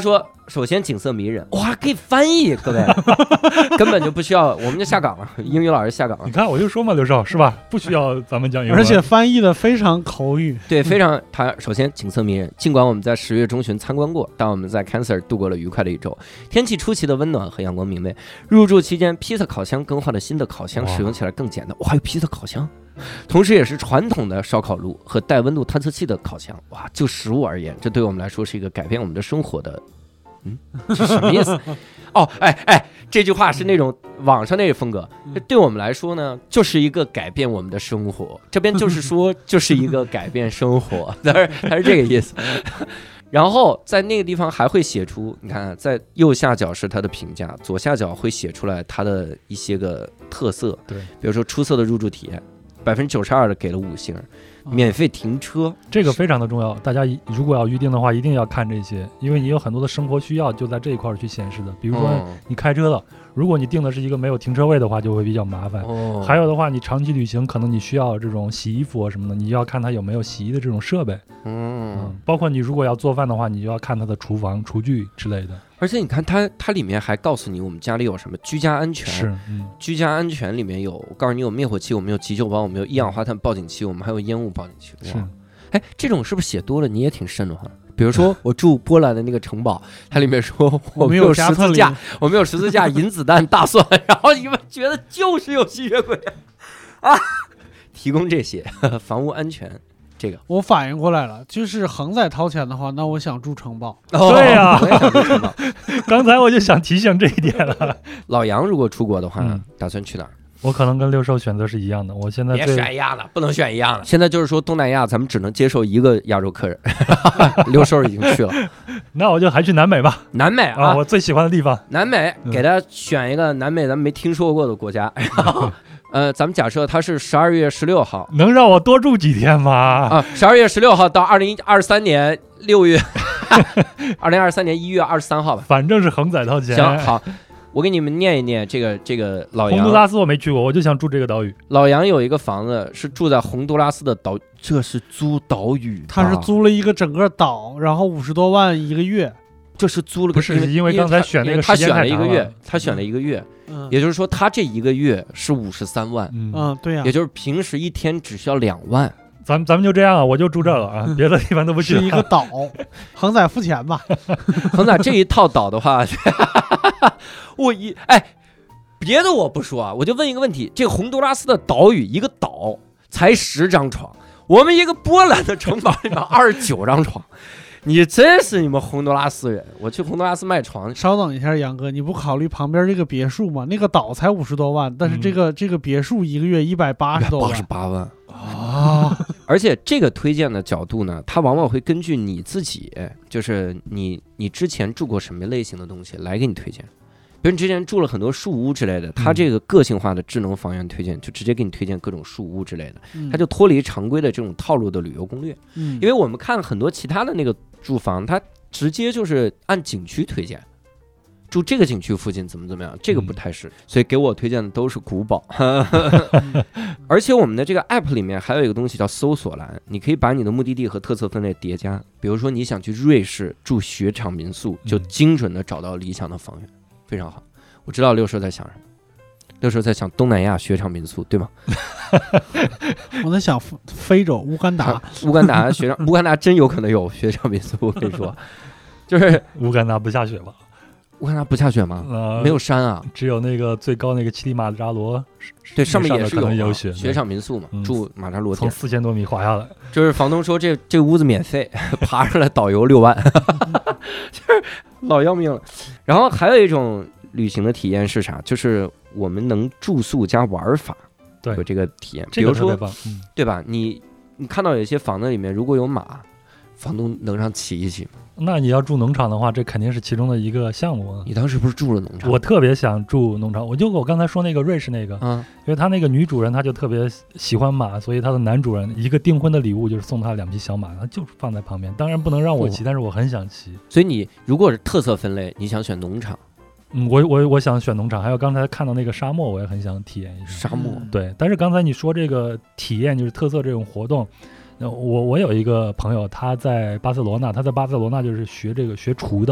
Speaker 1: 首先景色迷人，哇，可以翻译，各位根本就不需要，我们就下岗了，英语老师下岗了。
Speaker 4: 你看我就说嘛，刘少是吧？不需要咱们讲英文，
Speaker 2: 而且翻译的非常口语，
Speaker 1: 对，非常。它首先景色迷人，尽管我们在十月中旬参观过，但我们在 Cancer 度过了愉快的一周，天气出奇的温暖和阳光明媚。入住期间，披萨烤箱更换了新的烤箱，使用起来更简单。哇，还有披萨烤箱，同时也是传统的烧烤炉和带温度探测器的烤箱。哇，就食物而言，这对我们来说是一个改变我们的生活的。嗯，这是什么意思？哦，哎哎，这句话是那种网上那个风格，对我们来说呢，就是一个改变我们的生活。这边就是说，就是一个改变生活，但是它是这个意思。然后在那个地方还会写出，你看，在右下角是它的评价，左下角会写出来它的一些个特色，
Speaker 4: 对，
Speaker 1: 比如说出色的入住体验，百分之九十二的给了五星。免费停车，
Speaker 4: 这个非常的重要。大家如果要预定的话，一定要看这些，因为你有很多的生活需要就在这一块去显示的。比如说你开车了，如果你订的是一个没有停车位的话，就会比较麻烦。
Speaker 1: 哦、
Speaker 4: 还有的话，你长期旅行，可能你需要这种洗衣服啊什么的，你就要看它有没有洗衣的这种设备。
Speaker 1: 嗯,
Speaker 4: 嗯，包括你如果要做饭的话，你就要看它的厨房、厨具之类的。
Speaker 1: 而且你看它，它里面还告诉你我们家里有什么居家安全。
Speaker 4: 是，嗯，
Speaker 1: 居家安全里面有，我告诉你有灭火器，我们有急救包，我们有一氧化碳报警器，我们还有烟雾报警器。
Speaker 4: 是，
Speaker 1: 哎，这种是不是写多了你也挺瘆得慌？比如说我住波兰的那个城堡，它里面说我们有十字架，我们有十字架、银子弹、大蒜，然后你们觉得就是有吸血鬼啊！提供这些房屋安全。这个
Speaker 2: 我反应过来了，就是恒仔掏钱的话，那我想住城堡。
Speaker 1: 哦、
Speaker 4: 对呀、啊，
Speaker 1: 我也想住城堡。
Speaker 4: 刚才我就想提醒这一点了。
Speaker 1: 老杨如果出国的话，
Speaker 4: 嗯、
Speaker 1: 打算去哪儿？
Speaker 4: 我可能跟六兽选择是一样的。我现在
Speaker 1: 别选一样的，不能选一样的。现在就是说东南亚，咱们只能接受一个亚洲客人。六兽已经去了，
Speaker 4: 那我就还去南美吧。
Speaker 1: 南美 啊,
Speaker 4: 啊，我最喜欢的地方。
Speaker 1: 南美，给他选一个南美咱们没听说过的国家。呃，咱们假设他是十二月十六号，
Speaker 4: 能让我多住几天吗？
Speaker 1: 啊，十二月十六号到二零二三年六月，二零二三年一月二十三号吧。
Speaker 4: 反正是恒仔掏钱。
Speaker 1: 行，好，我给你们念一念这个这个老杨。
Speaker 4: 洪都拉斯我没去过，我就想住这个岛屿。
Speaker 1: 老杨有一个房子是住在洪都拉斯的岛，这是租岛屿，
Speaker 2: 他是租了一个整个岛，然后五十多万一个月。
Speaker 1: 这是租了个，
Speaker 4: 不是因为刚才选那个
Speaker 1: 他选了一个月，
Speaker 4: 了
Speaker 1: 他选了一个月。
Speaker 2: 嗯，
Speaker 1: 也就是说，他这一个月是五十三万，
Speaker 4: 嗯,
Speaker 2: 嗯，对呀、啊，
Speaker 1: 也就是平时一天只需要两万。
Speaker 4: 咱们咱们就这样啊，我就住这了啊，别的地方都不去。
Speaker 2: 是一个岛，恒仔付钱吧。
Speaker 1: 恒仔这一套岛的话，我一哎，别的我不说啊，我就问一个问题：这个洪都拉斯的岛屿一个岛才十张床，我们一个波兰的城堡里面二十九张床。你真是你们洪都拉斯人！我去洪都拉斯卖床。
Speaker 2: 稍等一下，杨哥，你不考虑旁边这个别墅吗？那个岛才五十多万，但是这个、嗯、这个别墅一个月一百八十多万，
Speaker 1: 八十八万
Speaker 2: 啊！
Speaker 1: 而且这个推荐的角度呢，它往往会根据你自己，就是你你之前住过什么类型的东西来给你推荐。比如你之前住了很多树屋之类的，它这个个性化的智能房源推荐就直接给你推荐各种树屋之类的，它就脱离常规的这种套路的旅游攻略。
Speaker 2: 嗯，
Speaker 1: 因为我们看很多其他的那个住房，它直接就是按景区推荐，住这个景区附近怎么怎么样，这个不太是，所以给我推荐的都是古堡。而且我们的这个 app 里面还有一个东西叫搜索栏，你可以把你的目的地和特色分类叠加，比如说你想去瑞士住雪场民宿，就精准的找到理想的房源。非常好，我知道六叔在想什么。六叔在想东南亚雪场民宿，对吗？
Speaker 2: 我在想非洲乌干达，
Speaker 1: 乌干达雪场，乌干达真有可能有雪场民宿。我跟你说，就是
Speaker 4: 乌干达不下雪吧？
Speaker 1: 乌干达不下雪吗？
Speaker 4: 呃、
Speaker 1: 没有山啊，
Speaker 4: 只有那个最高那个乞力马扎罗，
Speaker 1: 对，上面也是有
Speaker 4: 有雪。
Speaker 1: 雪场民宿嘛，嗯、住马扎罗
Speaker 4: 从四千多米滑下来，
Speaker 1: 就是房东说这这屋子免费，爬上来导游六万，就是老要命了。然后还有一种旅行的体验是啥？就是我们能住宿加玩法，
Speaker 4: 对，
Speaker 1: 有这个体验。
Speaker 4: 比如说，嗯、
Speaker 1: 对吧？你你看到有一些房子里面如果有马，房东能让骑一骑吗？
Speaker 4: 那你要住农场的话，这肯定是其中的一个项目。
Speaker 1: 你当时不是住了农场？
Speaker 4: 我特别想住农场，我就我刚才说那个瑞士那个，
Speaker 1: 嗯，
Speaker 4: 因为他那个女主人她就特别喜欢马，所以他的男主人一个订婚的礼物就是送他两匹小马，他就是放在旁边。当然不能让我骑，哦、但是我很想骑。
Speaker 1: 所以你如果是特色分类，你想选农场？
Speaker 4: 嗯，我我我想选农场。还有刚才看到那个沙漠，我也很想体验一下
Speaker 1: 沙漠。
Speaker 4: 对，但是刚才你说这个体验就是特色这种活动。我我有一个朋友，他在巴塞罗那，他在巴塞罗那就是学这个学厨的，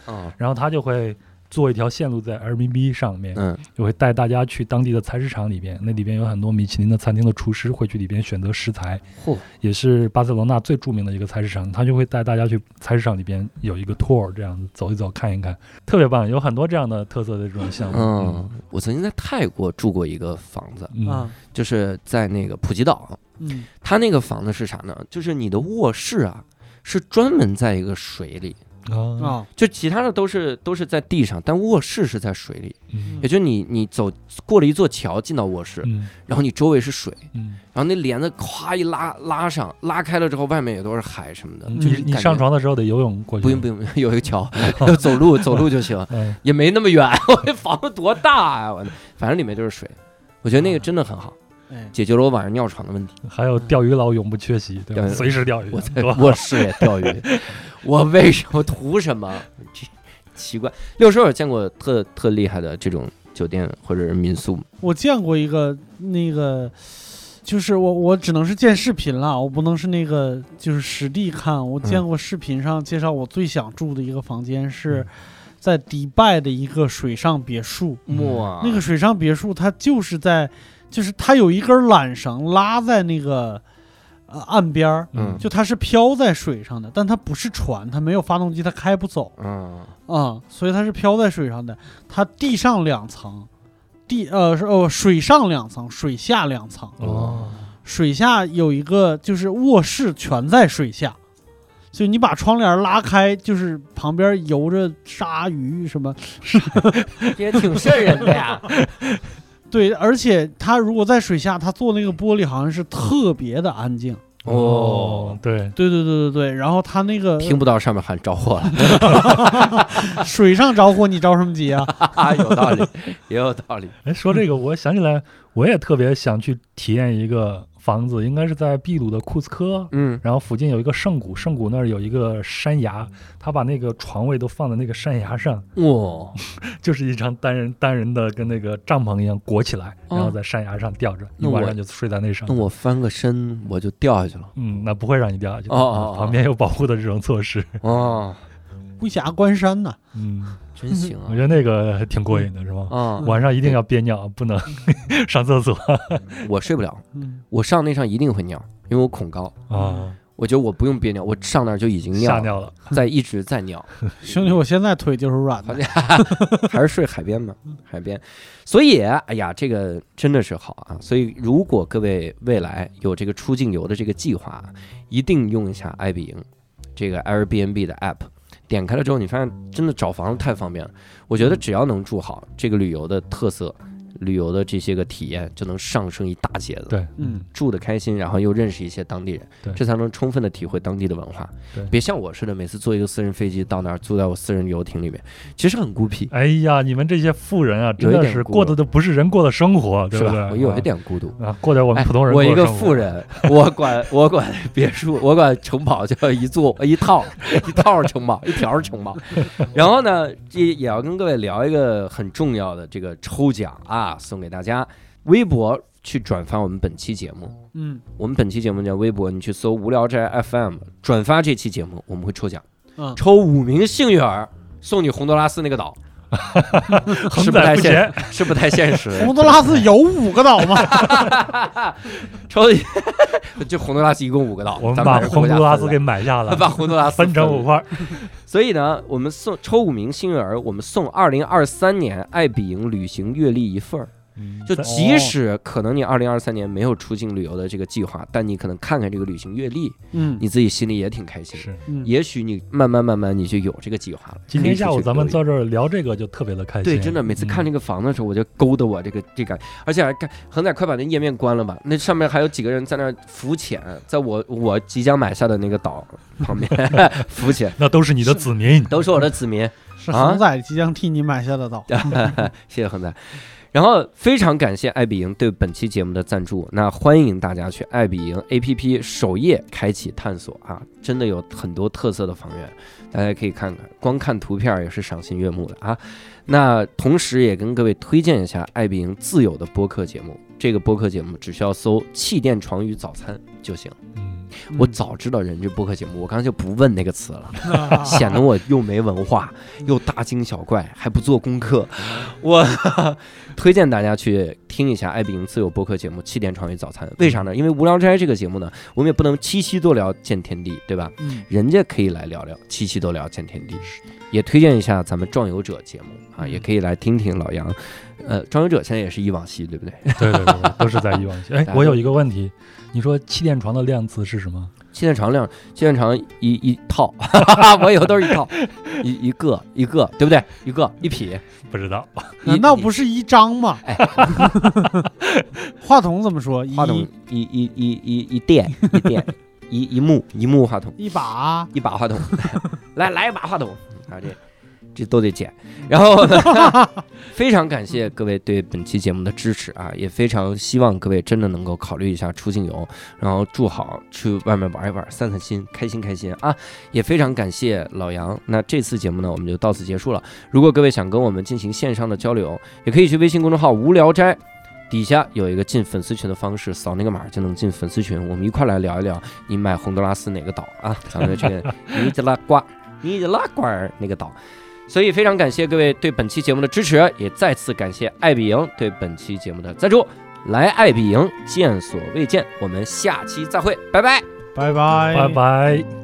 Speaker 1: 哦，
Speaker 4: 然后他就会做一条线路在 Airbnb 上面，
Speaker 1: 嗯，
Speaker 4: 就会带大家去当地的菜市场里边，那里边有很多米其林的餐厅的厨师会去里边选择食材，
Speaker 1: 嚯，
Speaker 4: 也是巴塞罗那最著名的一个菜市场，他就会带大家去菜市场里边有一个 tour， 这样子走一走看一看，特别棒，有很多这样的特色的这种项目。
Speaker 1: 嗯，我曾经在泰国住过一个房子，
Speaker 4: 嗯、
Speaker 2: 啊，
Speaker 1: 就是在那个普吉岛，
Speaker 2: 嗯，
Speaker 1: 他那个房子是啥呢？就是你的卧室啊，是专门在一个水里。
Speaker 4: 啊，
Speaker 2: 啊，
Speaker 1: 就其他的都是都是在地上，但卧室是在水里，
Speaker 4: 嗯
Speaker 1: 也就是你你走过了一座桥进到卧室，
Speaker 4: 嗯
Speaker 1: 然后你周围是水，
Speaker 4: 嗯，
Speaker 1: 然后那帘子咵一拉拉上，拉开了之后外面也都是海什么的，就是
Speaker 4: 你你
Speaker 1: 感觉
Speaker 4: 上床的时候得游泳过去，
Speaker 1: 不用不用，有一个桥，要走路走路就行，
Speaker 4: 嗯，
Speaker 1: 也没那么远。我这房子多大啊！我反正里面就是水，我觉得那个真的很好，
Speaker 2: 哎，
Speaker 1: 解决了我晚上尿床的问题。
Speaker 4: 还有钓鱼佬永不缺席，对吧？
Speaker 1: 钓鱼
Speaker 4: 随时钓鱼，
Speaker 1: 我在
Speaker 4: 多好
Speaker 1: 卧室也钓鱼，我为什么图什么？这奇怪。六叔有见过特特厉害的这种酒店或者是民宿吗？
Speaker 2: 我见过一个那个，就是我我只能是见视频了，我不能是那个就是实地看。我见过视频上介绍我最想住的一个房间是在迪拜的一个水上别墅。
Speaker 1: 哇，
Speaker 2: 那个水上别墅它就是在，就是它有一根缆绳拉在那个呃岸边儿，
Speaker 1: 嗯
Speaker 2: 就它是漂在水上的，但它不是船，它没有发动机，它开不走
Speaker 1: 嗯
Speaker 2: 啊、所以它是漂在水上的。它地上两层，地呃是哦水上两层，水下两层。
Speaker 4: 哦，
Speaker 2: 水下有一个就是卧室全在水下，所以你把窗帘拉开，就是旁边游着鲨鱼什么。
Speaker 1: 也挺瘆人的呀。
Speaker 2: 对，而且它如果在水下，它做那个玻璃好像是特别的安静。
Speaker 1: 哦，
Speaker 4: 对，
Speaker 2: 对对对对对，然后它那个
Speaker 1: 听不到上面喊着火了，
Speaker 2: 水上着火，你着什么急啊？
Speaker 1: 有道理，也有道理。
Speaker 4: 哎，说这个，我想起来，我也特别想去体验一个房子，应该是在秘鲁的库斯科，
Speaker 1: 嗯，
Speaker 4: 然后附近有一个圣谷，圣谷那儿有一个山崖，他把那个床位都放在那个山崖上，
Speaker 1: 哇，
Speaker 4: 就是一张单人单人的跟那个帐篷一样裹起来，
Speaker 1: 哦
Speaker 4: 然后在山崖上吊着，一
Speaker 1: 那我
Speaker 4: 晚上就睡在那上
Speaker 1: 那。我翻个身我就掉下去了。
Speaker 4: 嗯，那不会让你掉下去的，
Speaker 1: 哦哦哦
Speaker 4: 旁边有保护的这种措施。
Speaker 1: 哦，
Speaker 2: 龟峡关山呐、
Speaker 4: 嗯，
Speaker 1: 真行啊
Speaker 4: 我觉！得那个挺过瘾的，是吧？
Speaker 1: 啊，
Speaker 4: 晚上一定要憋尿，不能上厕所
Speaker 1: 我睡不了，
Speaker 2: 嗯，
Speaker 1: 我上那上一定会尿，因为我恐高。
Speaker 4: 啊，
Speaker 1: 我觉得我不用憋尿，我上那儿就已经尿了，
Speaker 4: 吓尿了。
Speaker 1: 再一直在尿。
Speaker 2: 兄弟，我现在腿就是软的。
Speaker 1: 还是睡海边吧，海边。所以，哎呀，这个真的是好啊。所以，如果各位未来有这个出境游的这个计划，一定用一下爱彼迎这个 Airbnb 的 app。点开了之后，你发现真的找房子太方便了。我觉得只要能住好，这个旅游的特色、旅游的这些个体验就能上升一大截子。
Speaker 4: 对，
Speaker 2: 嗯，
Speaker 1: 住的开心，然后又认识一些当地人，
Speaker 4: 对
Speaker 1: 这才能充分的体会当地的文化。
Speaker 4: 对
Speaker 1: 别像我似的，每次坐一个私人飞机到那儿，住在我私人游艇里面，其实很孤僻，
Speaker 4: 哎呀，你们这些富人啊，真
Speaker 1: 有一
Speaker 4: 的是
Speaker 1: 点孤独
Speaker 4: 过的都不是人过的生活，对不对？
Speaker 1: 是吧？我有一点孤独。
Speaker 4: 啊，过点我们
Speaker 1: 哎
Speaker 4: 普通人
Speaker 1: 我一个
Speaker 4: 过的生活
Speaker 1: 富人，我管我管别墅，我管城堡叫一座一套一套城堡，一条城堡。然后呢，这也要跟各位聊一个很重要的这个抽奖啊，送给大家。微博去转发我们本期节目，
Speaker 2: 嗯
Speaker 1: 我们本期节目叫微博，你去搜无聊斋 F M， 转发这期节目，我们会抽奖，
Speaker 2: 嗯，
Speaker 1: 抽五名幸运儿，送你洪都拉斯那个岛，
Speaker 4: 横
Speaker 1: 是不太现
Speaker 4: 载不前，
Speaker 1: 是不太现实。
Speaker 2: 洪都拉斯有五个岛吗？
Speaker 1: 抽就洪都拉斯一共五个岛，
Speaker 4: 我们
Speaker 1: 咱
Speaker 4: 把洪
Speaker 1: 还是国家分了
Speaker 4: 都拉斯给买下了，
Speaker 1: 把洪都拉斯
Speaker 4: 分成五
Speaker 1: 了。
Speaker 4: 块。
Speaker 1: 所以呢，我们送抽五名幸运儿，我们送二零二三年爱彼迎旅行阅历一份儿。
Speaker 4: 嗯
Speaker 1: 就即使可能你二零二三年没有出境旅游的这个计划，但你可能看看这个旅行阅历，
Speaker 2: 嗯
Speaker 1: 你自己心里也挺开心。
Speaker 4: 是，
Speaker 2: 嗯，
Speaker 1: 也许你慢慢慢慢你就有这个计划了。
Speaker 4: 今天下午咱们
Speaker 1: 做
Speaker 4: 在这儿聊这个就特别的开心。
Speaker 1: 对，真的每次看这个房子的时候，我就勾得我这个这个，而且还看恒仔快把那页面关了吧，那上面还有几个人在那儿浮潜，在我我即将买下的那个岛旁边浮潜，
Speaker 4: 那都是你的子民，
Speaker 1: 都是我的子民。
Speaker 2: 是恒仔即将替你买下的岛。
Speaker 1: 谢谢恒仔。然后非常感谢爱彼迎对本期节目的赞助，那欢迎大家去爱彼迎 A P P 首页开启探索啊，真的有很多特色的房源，大家可以看看，光看图片也是赏心悦目的啊。那同时也跟各位推荐一下爱彼迎自有的播客节目，这个播客节目只需要搜气垫床与早餐就行。
Speaker 4: 嗯，
Speaker 1: 我早知道人这播客节目，我刚才就不问那个词了，显得我又没文化，又大惊小怪，还不做功课。我推荐大家去听一下爱彼迎自由播客节目《气垫床与早餐》，为啥呢？因为无聊斋这个节目呢，我们也不能期期都聊见天地，对吧？
Speaker 2: 嗯，
Speaker 1: 人家可以来聊聊，期期都聊见天地。也推荐一下咱们壮游者节目啊，也可以来听听老杨。呃，壮游者现在也是忆往昔，对不对？
Speaker 4: 对对对，都是在忆往昔。哎，我有一个问题，你说气垫床的量词是什么？
Speaker 1: 气垫床量，气垫床一一套，我以后都是一套，一一个一个，对不对？一个一匹，
Speaker 4: 不知道，
Speaker 2: 难道不是一张吗？
Speaker 1: 哎，
Speaker 2: 话筒怎么说？
Speaker 1: 话筒一一一一一电一电一一幕一幕话筒，
Speaker 2: 一把
Speaker 1: 一把话筒，来来一把话筒啊，这这都得剪。然后呢，非常感谢各位对本期节目的支持啊，也非常希望各位真的能够考虑一下出境游，然后住好，去外面玩一玩，散散心，开心开心啊！也非常感谢老杨。那这次节目呢，我们就到此结束了。如果各位想跟我们进行线上的交流，也可以去微信公众号无聊斋。底下有一个进粉丝群的方式，扫那个码就能进粉丝群，我们一块来聊一聊你买洪都拉斯哪个岛啊？咱们这个尼加拉瓜，尼加拉瓜尔那个岛。所以非常感谢各位对本期节目的支持，也再次感谢爱彼迎对本期节目的赞助。来爱彼迎，见所未见，我们下期再会，拜拜，
Speaker 2: 拜拜，
Speaker 4: 拜拜。